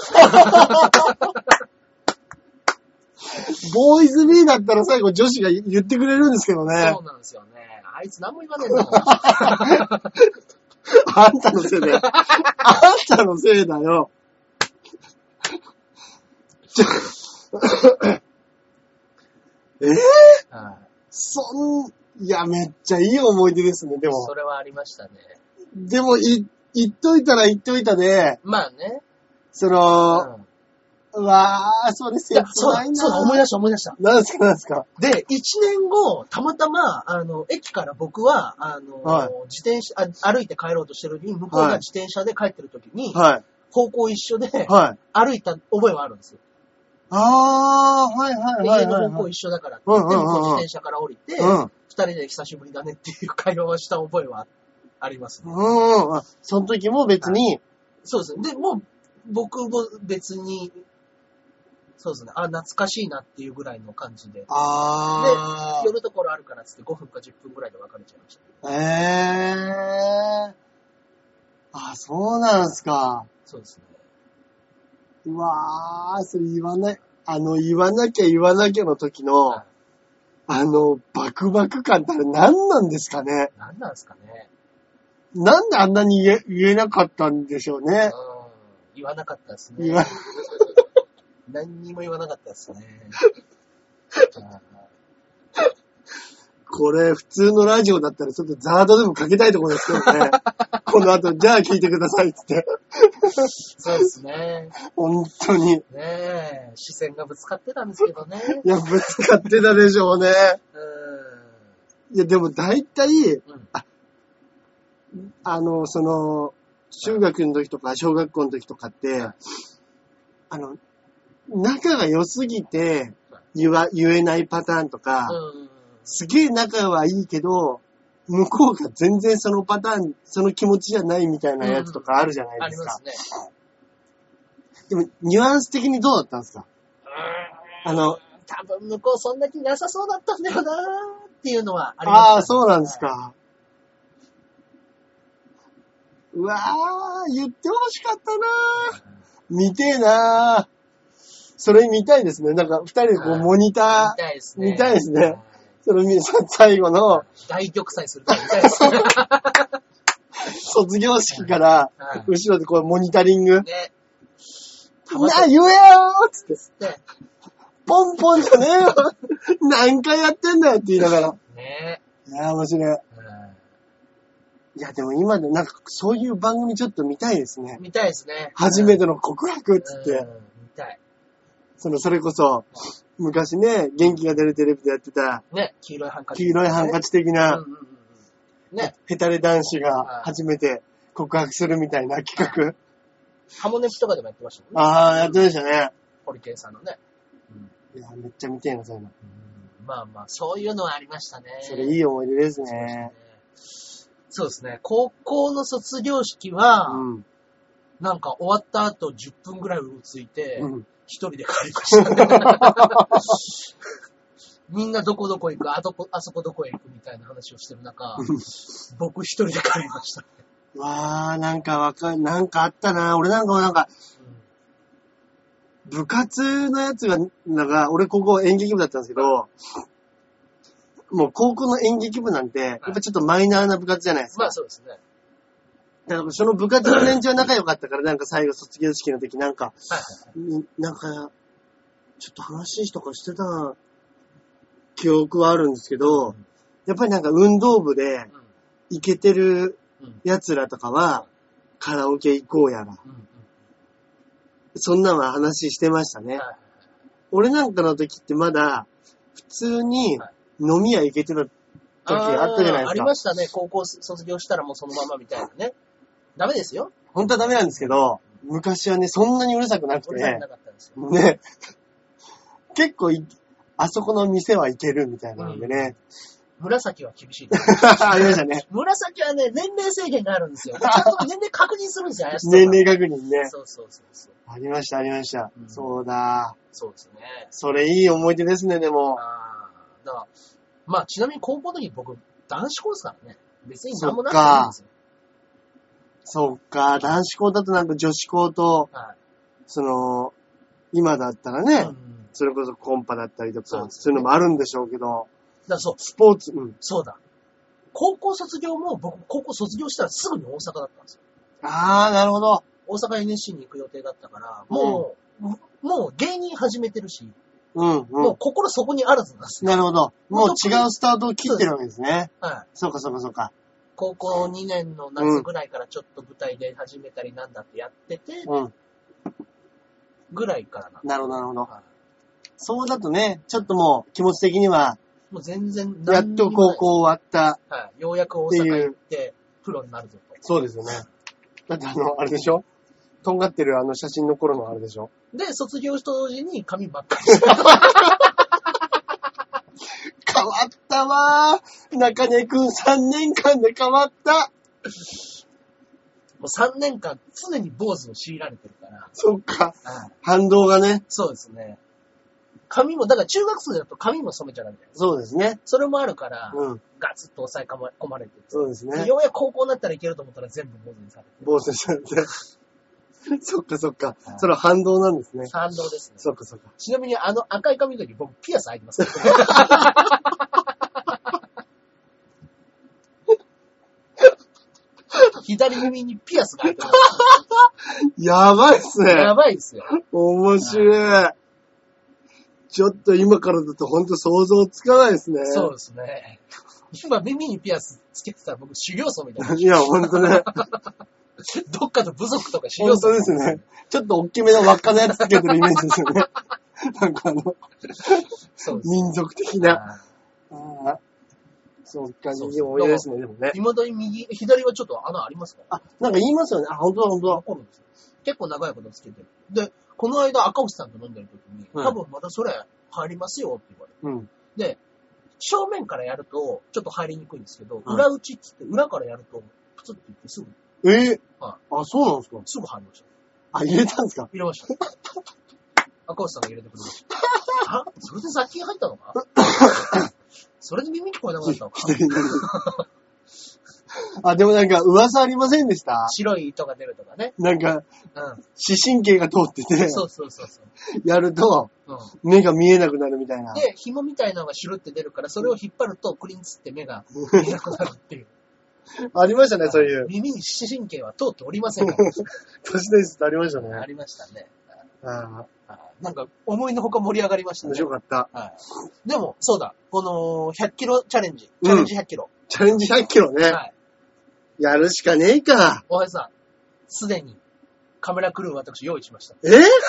ボーイズ B だったら最後女子が言ってくれるんですけどね。 そうなんですよね。あいつ何も言わねえんだもん。 あんたのせいだよ。あんたのせいだよ。いや、めっちゃいい思い出ですね、でも。 それはありましたね。 でも、言っといたで。 まあね。 それ切ないな。 そうだ、思い出した。 何ですかで、1年後、たまたま、駅から僕は、自転車、歩いて帰ろうとしてる時に、向こうが自転車で帰ってる時に、方向一緒で、歩いた覚えはあるんですよ。家の方向一緒だからって言って、自転車から降りて、二人で久しぶりだねっていう会話をした覚えはありますね。 その時も別に。 そうですね。で、もう、僕も別に、そうですね。懐かしいなっていうぐらいの感じで。で、寄るところあるからっつって5分か10分ぐらいで別れちゃいました。 そうなんすか。 そうですね。 それ言わない。言わなきゃの時の、バクバク感ってあれ何なんですかね。 何なんですかね。 なんであんなに言えなかったんでしょうね。 言わなかったですね。何にも言わなかったですね。 これ普通のラジオだったらちょっとザードでもかけたいところですけどね。この後、じゃあ聞いてくださいって。 そうですね。 本当に。 ねえ、視線がぶつかってたんですけどね。 いや、ぶつかってたでしょうね。でも大体、 中学の時とか小学校の時とかって、仲が良すぎて言えないパターンとか、すげえ仲はいいけど、向こうが全然そのパターン、その気持ちじゃないみたいなやつとかあるじゃないですか。ありますね。でも、ニュアンス的にどうだったんですか？多分向こうそんな気なさそうだったんだよなーっていうのはありました、ね。ああ、 そうなんですか。うわー、言ってほしかったなー。見てーなー。それ見たいですね。なんか、二人でこう、モニター。見たいですね。見たいですね。それ最後の。 大玉砕すると見たいですね。 卒業式から、後ろでこう、モニタリング。ね。言えよーつって。ポンポンじゃねえよ何回やってんだよって言いながら。ねえ。いやー、面白い。いや、でも今でなんかそういう番組ちょっと見たいですね。 見たいですね。 初めての告白っつって。 見たい。 それこそ、昔ね、元気が出るテレビでやってた。 ね、黄色いハンカチ。 黄色いハンカチ的な。ね。ヘタレ男子が初めて告白するみたいな企画。 ハモネプとかでもやってましたもんね。ああ、やってましたね。 ホリケンさんのね。 いや、めっちゃ見てえな、そういうの。 まあまあ、そういうのはありましたね。 それいい思い出ですね。 そうですね。高校の卒業式は、なんか終わった後10分ぐらいうろついて、一人で帰りましたね。みんなどこどこ行く、あそこどこへ行くみたいな話をしてる中、僕一人で帰りました。 わー、なんかあったな。俺なんか、部活のやつが、俺ここ演劇部だったんですけど、もう高校の演劇部なんて、やっぱちょっとマイナーな部活じゃないですか。 まあそうですね。 だからその部活の連中は仲良かったから、なんか最後卒業式の時なんか、なんか、ちょっと話とかしてた記憶はあるんですけど、やっぱりなんか運動部で、イケてる奴らとかは、カラオケ行こうやら。そんなのは話してましたね。俺なんかの時ってまだ、普通に飲み屋行けてる時あったじゃないですか。 ありましたね。高校卒業したらもうそのままみたいなね。ダメですよ。 本当はダメなんですけど、昔はね、そんなにうるさくなくて。うるさくなかったんですよ。ね。結構あそこの店は行けるみたいなのでね。 紫は厳しい。 ありましたね。 紫はね、年齢制限があるんですよ。ちゃんと年齢確認するんですよ、 年齢確認ね。 そう。 ありました。そうだ。 そうですね。 それいい思い出ですね、でも。 だからまあ、ちなみに高校の時僕、男子校ですからね。別に何もなくていいんですよ。 そっか、男子校だとなんか女子校と、今だったらね、それこそコンパだったりとか、そういうのもあるんでしょうけど。スポーツ、 そうだ。高校卒業も、僕、高校卒業したらすぐに大阪だったんですよ。 ああ、なるほど。 大阪 NSC に行く予定だったから、もう芸人始めてるし、もう心そこにあらずなんですよ。 なるほど。もう違うスタートを切ってるわけですね。 はい。 そうか。 高校2年の夏ぐらいからちょっと舞台で始めたりなんだってやってて、ぐらいからなるほど。そうだとね、ちょっともう気持ち的には、 もう全然やっと高校終わった。 はい。ようやく大阪行ってプロになるぞと。 そうですよね。だってあれでしょ？とんがってる写真の頃のあれでしょ？ で、卒業と同時に髪ばっかりした。 変わったわー。中根くん3年間で変わった。 もう3年間常に坊主を強いられてるから。 そっか。反動がね。 そうですね。髪も、だから中学生だと髪も染めちゃダメだよ。 そうですね。 それもあるから、ガツッと抑え込まれてる。 そうですね。 ようやく高校になったらいけると思ったら全部坊主にされてる。 坊主にされて。そっか。それは反動なんですね。 反動ですね。 そっか。 ちなみに赤い髪の時僕ピアス開いてますから。左耳にピアスが開いてます。 やばいっすね。 やばいっすよ。 面白い。ちょっと今からだとほんと想像つかないですね。 そうですね。今耳にピアスつけてたら僕修行僧みたいな。 いや、ほんとね。 どっかの部族とか修行僧。 ほんとですね。ちょっと大きめの輪っかのやつつけてるイメージですよね。なんかそうです民族的な。 そっか、右も多いですね、でもね。 未だに左はちょっと穴ありますから。 あ、なんか言いますよね。あ、ほんとだほんとだ。 残るんですよ。結構長いことつけてる。で、この間赤星さんと飲んでる時に、多分またそれ入りますよって言われて。で、正面からやると、ちょっと入りにくいんですけど、裏打ちっつって、裏からやると、プツッて言ってすぐ。 あ、そうなんですか？ すぐ入りました。 あ、入れたんですか？ 入れました。赤星さんが入れてくれました。あ、それで雑菌入ったのかそれで耳聞こえなかったのかあ、でもなんか噂ありませんでした？ 白い糸が出るとかね。 なんか、視神経が通ってて、 そう。 やると、目が見えなくなるみたいな。 で、紐みたいなのがシュルって出るから、それを引っ張るとクリンツって目が見えなくなるっていう。 ありましたね、そういう。 耳に視神経は通っておりませんから。 都市伝説ってありましたね。 ありましたね。 なんか、思いのほか盛り上がりましたね。 面白かった。 でも、そうだ、この100キロチャレンジ。チャレンジ100キロ。 チャレンジ100キロね。やるしかねえか。 大橋さん、すでにカメラクルー私用意しました。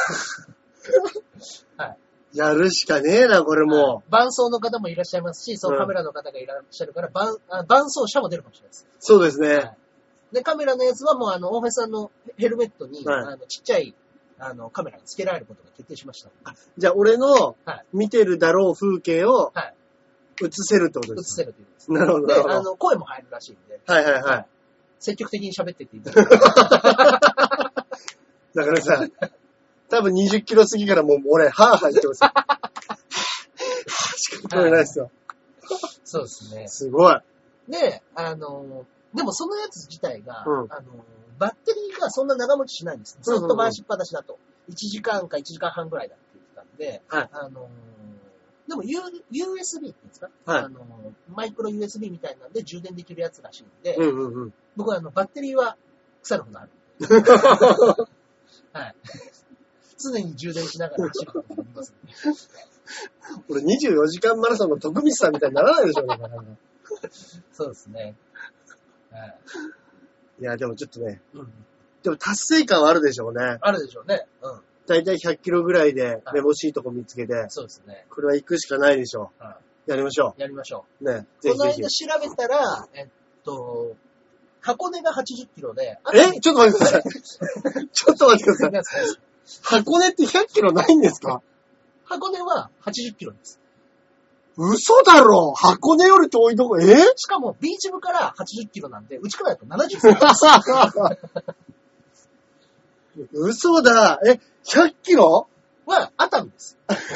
やるしかねえな、これもう。伴走の方もいらっしゃいますし、そうカメラの方がいらっしゃるから、伴走者も出るかもしれないです。 そうですね。 で、カメラのやつはもう大橋さんのヘルメットに、ちっちゃい、カメラが付けられることが決定しました。 じゃあ、俺の見てるだろう風景を映せるってことですか？ 映せるって言うんです。 なるほど。 で、声も入るらしいんで。積極的に喋ってって言って。だからさ、多分20キロ過ぎからもう俺、はぁはぁ言ってます。しか聞こえないですよ。 そうですね。 すごい。 で、でもそのやつ自体が、バッテリーがそんな長持ちしないんです。ずっと回しっぱなしだと。1時間か1時間半ぐらいだって言ってたんで、でも、USB って言うんですか？マイクロ USB みたいなんで充電できるやつらしいんで、僕はバッテリーは腐るほどある。常に充電しながら走ることができますね。 俺24時間マラソンの徳光さんみたいにならないでしょうね。 そうですね。 いや、でもちょっとね、でも達成感はあるでしょうね。 あるでしょうね。 だいたい100キロぐらいでめぼしいとこ見つけて、 そうですね。 これは行くしかないでしょう。やりましょう。 やりましょう。 ね。 この間調べたら、箱根が80キロで。 ちょっと待ってください。ちょっと待ってください。箱根って100キロないんですか？ 箱根は80キロです。 嘘だろ！箱根より遠いとこ、しかも、ビーチ部から80キロなんで、うちからだと70キロです。 嘘だ！100キロは、熱海です。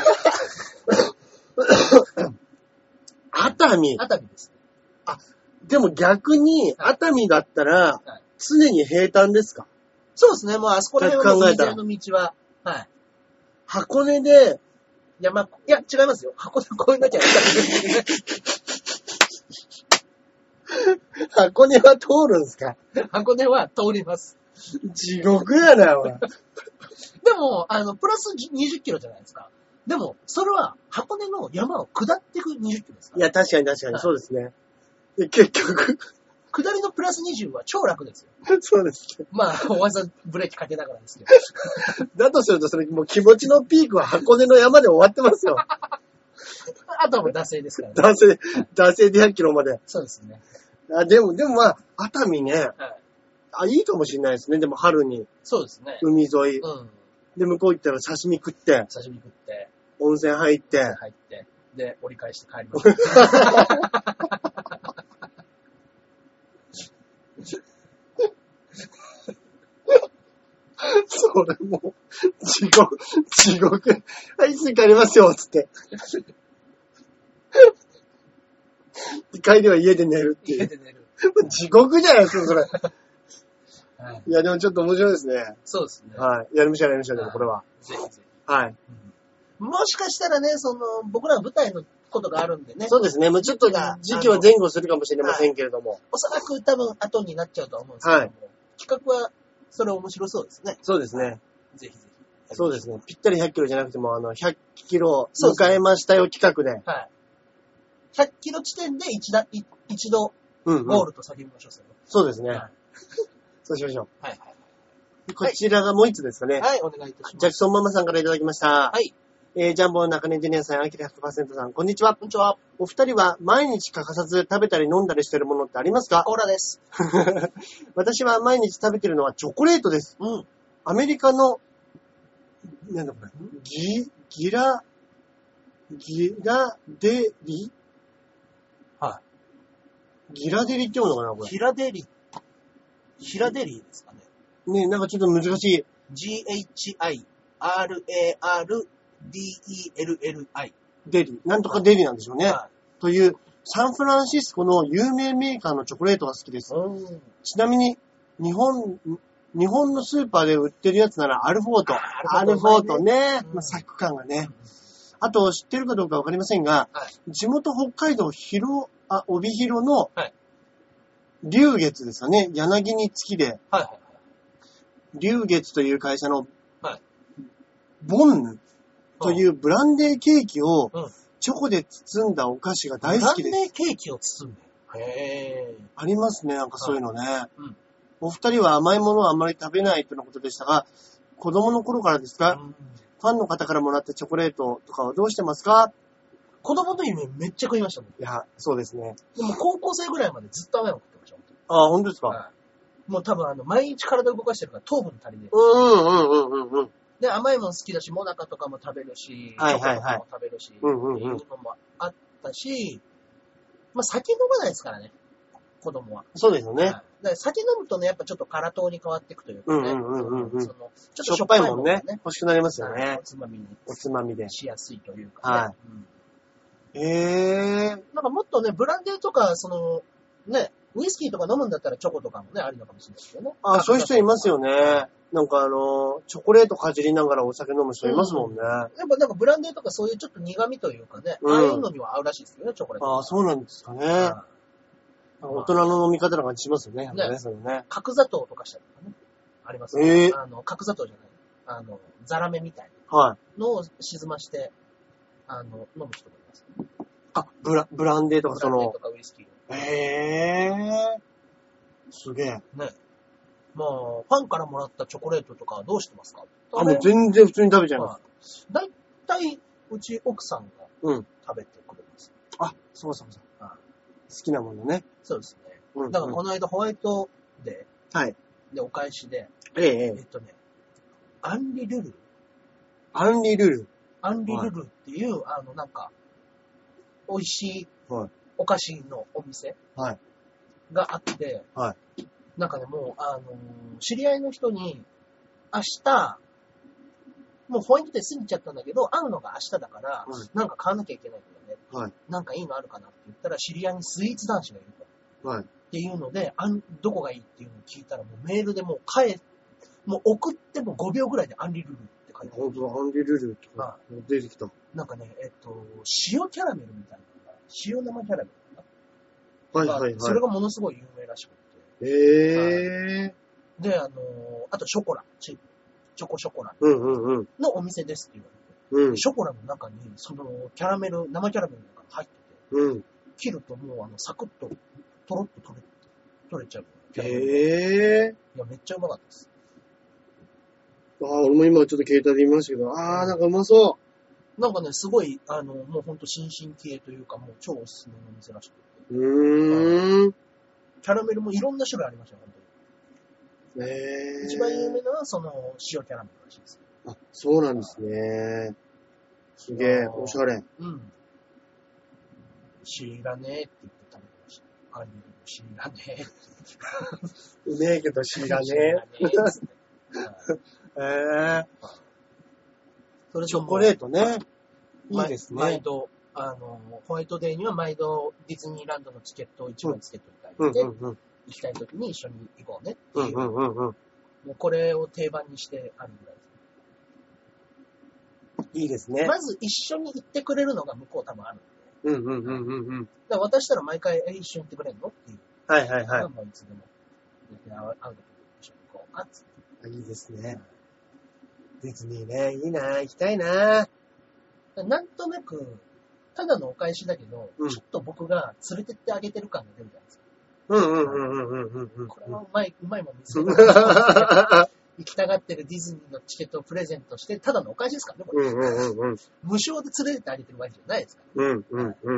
熱海です。 でも逆に、熱海だったら、常に平坦ですか？ そうですね。もうあそこら辺はもう水の道は。 箱根で、 いや、違いますよ。箱根越えなきゃいけない。 箱根は通るんすか？ 箱根は通ります。 地獄やな、おい。 でも、プラス20キロじゃないですか。でも、それは箱根の山を下っていく20キロですから。 いや、確かに、そうですね。で、結局。 下りのプラス20は超楽ですよ。 そうですね。 わざブレーキかけながらですけど。 だとすると、それもう気持ちのピークは箱根の山で終わってますよ。 あとはもう惰性ですからね。 惰性で100キロまで。 そうですね。 でも熱海ね。いいかもしれないですね。でも春に。 そうですね。 海沿い。で、向こう行ったら刺身食って。温泉入って。 で、折り返して帰ります。 それもう、地獄。はい、次帰りますよ、つって。帰りは家で寝るっていう。 家で寝る。 地獄じゃないですか、それ。いや、でもちょっと面白いですね。 そうですね。 やりましょう、でもこれは。 ぜひぜひ。 もしかしたらね、僕らの舞台のことがあるんでね。 そうですね。もうちょっと時期は前後するかもしれませんけれども。 おそらく多分後になっちゃうとは思うんですけども。企画は、それ面白そうですね。 そうですね。 ぜひぜひ。 そうですね。ぴったり100キロじゃなくても、100キロ迎えましたよ企画で。 100キロ地点で一度、ゴールと叫びましょう。 そうですね。そうしましょう。こちらがもう一つですかね。 お願いいたします。 ジャクソンママさんからいただきました。 ジャンボ中根ジュニアさん、アキラ 100% さん、こんにちは。 こんにちは。 お二人は毎日欠かさず食べたり飲んだりしてるものってありますか？ コーラです。 私は毎日食べてるのはチョコレートです。 うん。 アメリカの、なんだこれ、ギラデリ？ はい。 ギラデリって読むのかなこれ。 ヒラデリですかね。 ね、なんかちょっと難しい。 GHIRADELLI。 デリ。なんとかデリなんでしょうね。 はい。 という、サンフランシスコの有名メーカーのチョコレートが好きです。ちなみに、日本のスーパーで売ってるやつならアルフォート。アルフォートね。まあ、サク感がね。あと、知ってるかどうかわかりませんが、はい、地元北海道帯広の、龍月ですかね。柳に月で、はいはいはい、龍月という会社の、はい、ボンヌというブランデーケーキを、チョコで包んだお菓子が大好きです。 ブランデーケーキを包んでへー。 ありますね、なんかそういうのね。うん、お二人は甘いものはあまり食べないとのことでしたが、子供の頃からですか、ファンの方からもらったチョコレートとかはどうしてますか？ 子供の時にめっちゃ食いましたもん。 いや、そうですね。 でも高校生ぐらいまでずっと甘いもん食ってました。 ああ、本当ですか？ はい、もう多分毎日体動かしてるから糖分足りねえ。で、甘いもん好きだし、モナカとかも食べるし、チョコとかも食べるし、っていうのもあったし、まあ酒飲まないですからね、子供は。 そうですよね。 だ酒飲むとね、やっぱちょっと辛党に変わっていくというかね。ちょっとしょっぱいもんね。欲しくなりますよね。 おつまみで。しやすいというか、 ね。はい。 なんかもっとね、ブランデーとか、ね、ウイスキーとか飲むんだったらチョコとかもね、ありのかもしれないですよね。 あ、そういう人いますよね。なんかチョコレートかじりながらお酒飲む人いますもんね。 やっぱなんかブランデーとかそういうちょっと苦味というかね、ああいうのには合うらしいですよね、チョコレート。 あ、そうなんですかね。大人の飲み方な感じしますよね。 角砂糖とかしたりとかね。ありますね。角砂糖じゃない。ザラメみたいなのを沈まして、飲む人もいます、ね。 あ、ブランデーとかブランデーとかウイスキー。 すげえ。 ね。まあ、ファンからもらったチョコレートとかはどうしてますか？ もう全然普通に食べちゃいます。 だいたい、うち奥さんが食べてくれます。 あ、そう。好きなものね。 そうですね。だからこの間ホワイトデーでお返しで、アンリルルっていう、なんか、美味しいお菓子のお店があって、なんかね、もう、知り合いの人に、明日、もうホワイトデー過ぎちゃったんだけど、会うのが明日だから、なんか買わなきゃいけないんだよね。なんかいいのあるかなって言ったら、知り合いにスイーツ男子がいると。っていうので、どこがいいっていうのを聞いたら、もうメールでもう送っても5秒ぐらいでアンリルルって書いてある。 本当だ、アンリルルって出てきた。 なんかね、塩キャラメルみたいなのが、塩生キャラメルかな。それがものすごい有名らしくて。で、あとショコラ、チョコショコラのお店ですって言われて、ショコラの中に、その生キャラメルの中が入ってて、切るともうサクッと、とろっと取れちゃう。いや、めっちゃうまかったです。 俺も今ちょっと携帯で見ましたけど、なんかうまそう。 なんかね、すごい、もうほんと新進系というか、もう超おすすめのお店らしくて。キャラメルもいろんな種類ありましたよ、本当に。一番有名なのは、塩キャラメルらしいです。 あ、そうなんですね。すげえ、おしゃれ。 知らねえって言って食べてました。知らねえ。 うめえけど知らねえ。チョコレートね。いいですね。 毎度、ホワイトデーには毎度ディズニーランドのチケットを1枚つけておいて、行きたい時に一緒に行こうねっていう。もうこれを定番にしてあるぐらいです。 いいですね。 まず一緒に行ってくれるのが向こう多分あるんで。だから渡したら毎回一緒に行ってくれるのっていう。まあいつでも。会う時に一緒に行こうかっつって。 いいですね。ディズニーね、いいな、行きたいな。 なんとなく、ただのお返しだけど、ちょっと僕が連れてってあげてる感が出るじゃないですか。これはうまいもん見つけた。 行きたがってるディズニーのチケットをプレゼントして、ただのお返しですからね、これ。無償で連れてってあげてるわけじゃないですから、ね。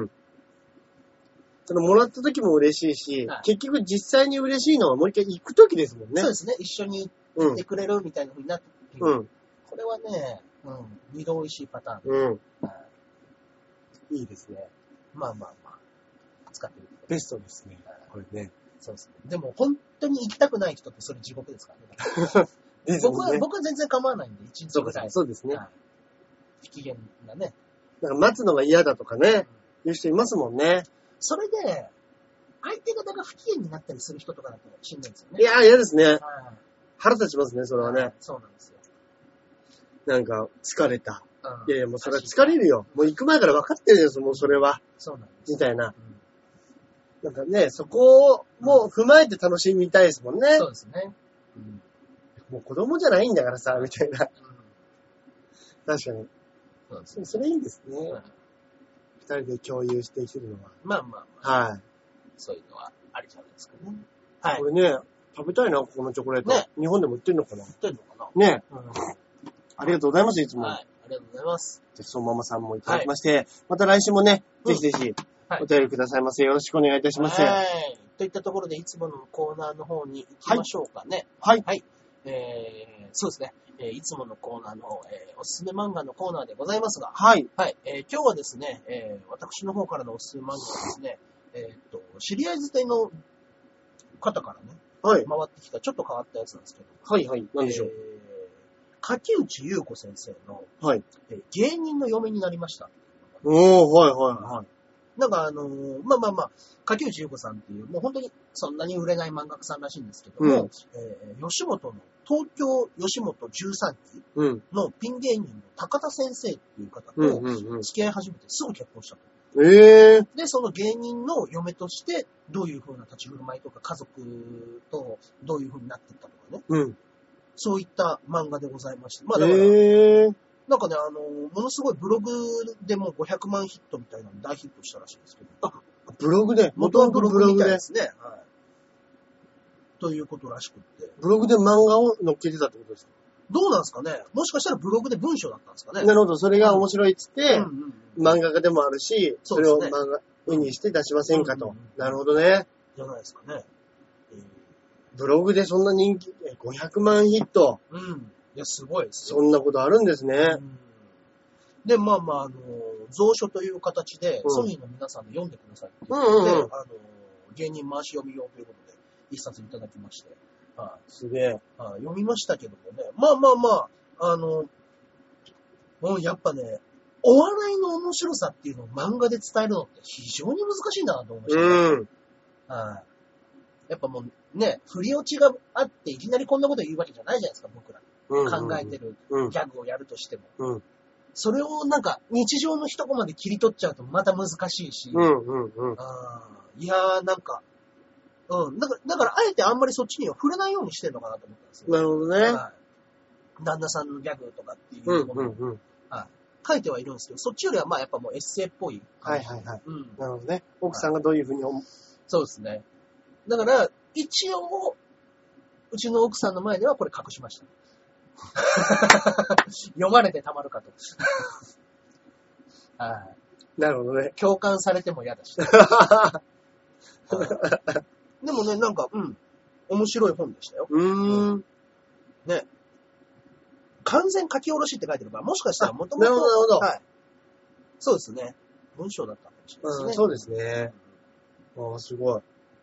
もらった時も嬉しいし、結局実際に嬉しいのはもう一回行く時ですもんね。 そうですね。一緒に行ってくれるみたいな風になった時に、これはね、二度美味しいパターン。 いいですね。 まあ。使ってる。 ベストですね。これね。 そうですね。でも本当に行きたくない人ってそれ地獄ですからね。僕は全然構わないんで、一日ぐらい。 そうですね。 不機嫌なね。 だから待つのが嫌だとかね、いう人いますもんね。 それで、相手方が不機嫌になったりする人とかだとしんどいんですよね。 いや、嫌ですね。腹立ちますね、それはね。 そうなんですよ。 なんか、疲れた。いやいや、もうそれは疲れるよ。もう行く前から分かってるんです、もうそれは。 そうなんです。 みたいな。なんかね、そこをもう踏まえて楽しみたいですもんね。 そうですね。 もう子供じゃないんだからさ、みたいな。確かに。 そうですね。 それいいですね。二人で共有して生きるのは。 まあ。はい。そういうのはありじゃないですかね。はい。 これね、食べたいな、ここのチョコレート。ね。日本でも売ってんのかな？ 売ってんのかな？ ね。ありがとうございます、いつも。 はい。ありがとうございます。 じゃあ、そのママさんもいただきまして、また来週もね、ぜひぜひ、お便りくださいませ。よろしくお願いいたします。 はい。といったところで、いつものコーナーの方に行きましょうかね。 はい。 そうですね。いつものコーナーの方、おすすめ漫画のコーナーでございますが、 はい。 はい。今日はですね、私の方からのおすすめ漫画はですね、知り合いづての方からね、はい。回ってきたちょっと変わったやつなんですけど、 はいはい。何でしょう。 柿内優子先生の、はい。芸人の嫁になりました。 おー、はいはいはい。 なんか柿内優子さんっていう、もう本当にそんなに売れない漫画家さんらしいんですけども、吉本の、東京吉本13期のピン芸人の高田先生っていう方と付き合い始めてすぐ結婚したと。で、その芸人の嫁としてどういう風な立ち振る舞いとか家族とどういう風になっていったとかね。そういった漫画でございまして。まあだから、なんかね、ものすごいブログでもう500万ヒットみたいなの大ヒットしたらしいんですけど。 あ、ブログで元はブログみたいですね。はい。ということらしくって。 ブログで漫画を載っけてたってことですか？ どうなんですかね？もしかしたらブログで文章だったんですかね？ なるほど。それが面白いっつって、漫画家でもあるし、それを漫画にして出しませんかと。なるほどね。 じゃないですかね。 ブログでそんな人気、500万ヒット。 いや、すごいですよ。そんなことあるんですね。 で、蔵書という形で、ソニーの皆さんで読んでくださいっていうので、芸人回し読み用ということで、一冊いただきまして。 すげえ。 読みましたけどもね。やっぱね、お笑いの面白さっていうのを漫画で伝えるのって非常に難しいんだなと思いました。やっぱもうね、振り落ちがあっていきなりこんなこと言うわけじゃないじゃないですか、僕ら。考えてるギャグをやるとしても。それをなんか日常の一コマで切り取っちゃうとまた難しいし。いやーなんか、だからあえてあんまりそっちには触れないようにしてるのかなと思ったんですよ。 なるほどね。 旦那さんのギャグとかっていうものを書いてはいるんですけど、そっちよりはやっぱもうエッセイっぽい。 なるほどね。奥さんがどういうふうにそうですね。だから、一応、うちの奥さんの前ではこれ隠しました。読まれてたまるかと。 なるほどね。 共感されても嫌だし。でもね、なんか、面白い本でしたよ。ね。完全書き下ろしって書いてるから、もしかしたらもともと。 なるほど。 はい。そうですね。文章だったかもしれないですね。 そうですね。すごい。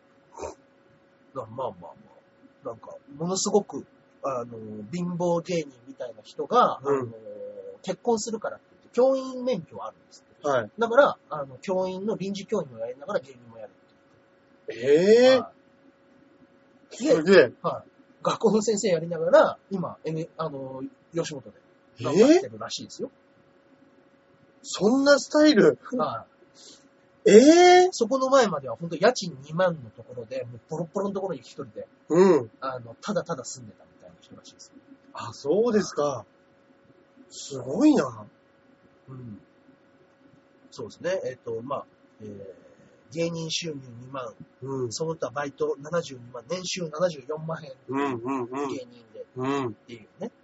なんか、ものすごく、貧乏芸人みたいな人が、結婚するからって言って、教員免許あるんですって。はい。だから、教員の臨時教員もやりながら芸人もやるって言って。 すげえ。 はい。学校の先生やりながら、今、吉本で頑張ってるらしいですよ。 そんなスタイル？ はい。そこの前までは本当家賃2万のところで、もうボロボロのところに一人で、ただただ住んでたみたいな人らしいですよ。 あ、そうですか。すごいな。 そうですね。 芸人収入2万、うん、その他バイト72万、年収74万円、うんうんうん、芸人で、うん、っていうね。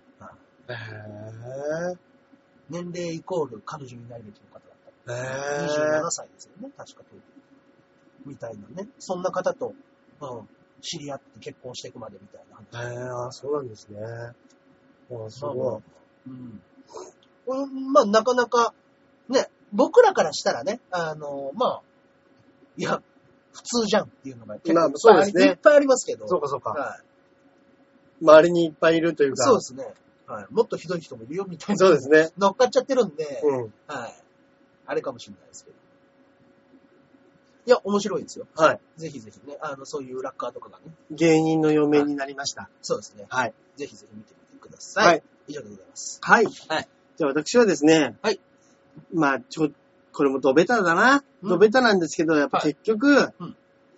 年齢イコール彼女になるべきの方だった。27歳ですよね、確か当時。みたいなね。そんな方と、うん、知り合って結婚していくまでみたいな話。 そうなんですね。すごい。 うん。まあ、なかなか、ね、僕らからしたらね、まあ、いや、普通じゃんっていうのが結構いっぱいありますけど。 そうかそうか。はい。周りにいっぱいいるというか。 そうですね。はい。もっとひどい人もいるよみたいな。 そうですね。 乗っかっちゃってるんで、うん。はい。あれかもしれないですけど。いや、面白いですよ。はい。ぜひぜひね、そういうラッカーとかがね。 芸人の嫁になりました。 そうですね。はい。ぜひぜひ見てみてください。はい。以上でございます。 はい。はい。じゃあ私はですね。はい。まあ、これもドベタだな。ドベタなんですけど、やっぱ結局、はい、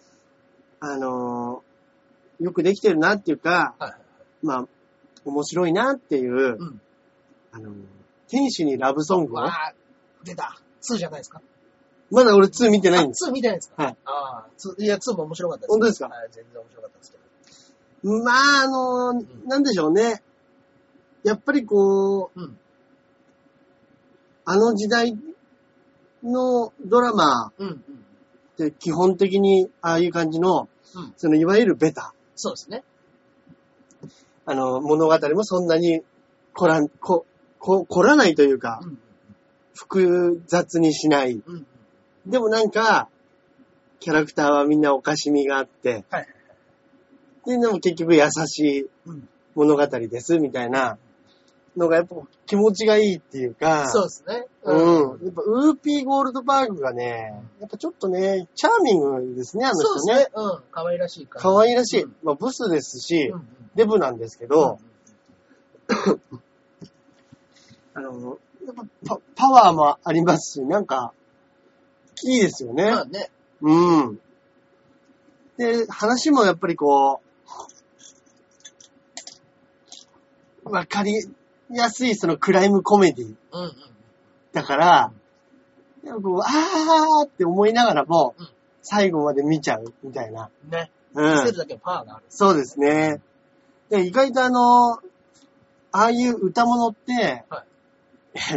よくできてるなっていうか、はい、まあ、面白いなっていう、うん、天使にラブソングを。 出た。2じゃないですか？ まだ俺2見てないんです。 2見てないですか？はい。いや、2も面白かったです。 本当ですか？ はい、全然面白かったですけど。まあ、なんでしょうね。やっぱりこう、あの時代のドラマって基本的にああいう感じの、そのいわゆるベタ。 そうですね。 物語もそんなに凝らないというか、複雑にしない。でもなんか、キャラクターはみんなおかしみがあって、はい、でも結局優しい物語ですみたいなのがやっぱ気持ちがいいっていうか、 そうですね。 やっぱウーピーゴールドバーグがね、やっぱちょっとね、チャーミングですね、あの人ね。 そうですね。可愛らしい感じ。 可愛らしい。まあブスですし、デブなんですけど、やっぱパワーもありますし、なんか、いいですよね。 まあね。 うん。で、話もやっぱりこう、わかりやすいそのクライムコメディ。だから、こうあーって思いながらも、最後まで見ちゃうみたいな。 ね。見せるだけのパワーがある。 そうですね。で、意外とああいう歌物って、はい、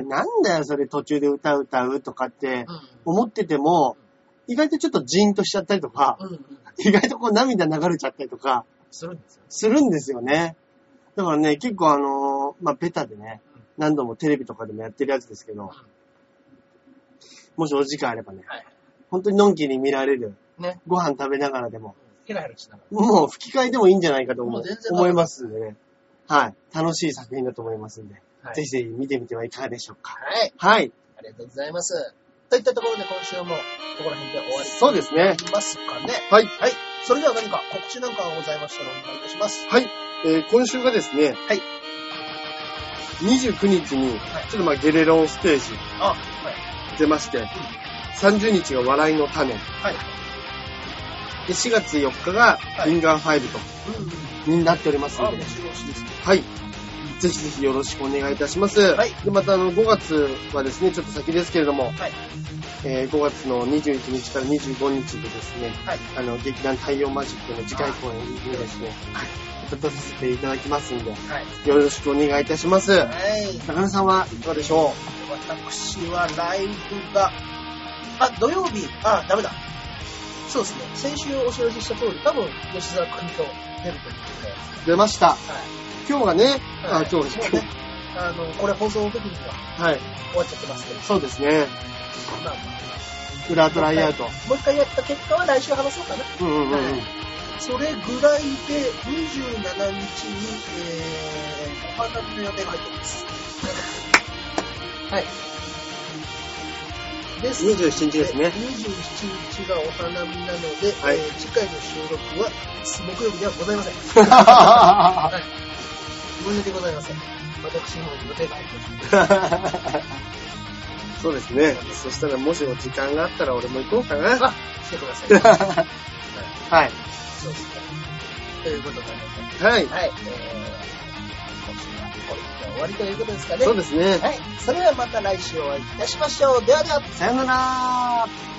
なんだよそれ途中で歌うとかって思ってても、意外とちょっとジーンとしちゃったりとか、意外とこう涙流れちゃったりとか、するんですよね。だからね、結構まあ、ベタでね、何度もテレビとかでもやってるやつですけど、もしお時間あればね、本当にのんきに見られる、ね、ご飯食べながらでも、もう吹き替えでもいいんじゃないかと思いますんでね。はい。楽しい作品だと思いますんで。はい、ぜひぜひ見てみてはいかがでしょうか。 はい。はい。ありがとうございます。といったところで今週もここら辺で終わりそうですね。 ますかね。 はい。 はい。それでは何か告知なんかがございましたらお願いいたします。 はい。今週がですね、はい。29日に、ちょっとまあゲレロンステージ、はい。出まして、30日が笑いの種。はい。で、4月4日がフィンガー5と、になっておりますので、はい。ぜひぜひよろしくお願いいたします。はい。で、また5月はですね、ちょっと先ですけれども、はい。5月の21日から25日でですね、はい。劇団太陽マジックの次回公演にですね、はい。立たせていただきますんで、はい。よろしくお願いいたします。はい。中根さんはいかがでしょう？ 私はライブが、土曜日、ダメだ。そうですね。先週お知らせした通り、多分、吉沢君と出るということで。 出ました。はい。今日がね、今日ですね。 これ放送の時には、はい。終わっちゃってますけど。 そうですね。まあ、裏トライアウト。 もう一回やった結果は来週話そうかな。それぐらいで、27日に、お花見の予定が入ってます。はい。 27日ですね。 27日がお花見なので、はい、次回の収録は木曜日ではございません。はい。無理でございません。私の予定が入ってます。 そうですね。そしたらもしお時間があったら俺も行こうかな。 来てください。 はい。 そうですね。ということで、 はい。 はい。今週はこれで終わりということですかね。 そうですね。 はい。それではまた来週お会いいたしましょう。ではでは。 さよなら。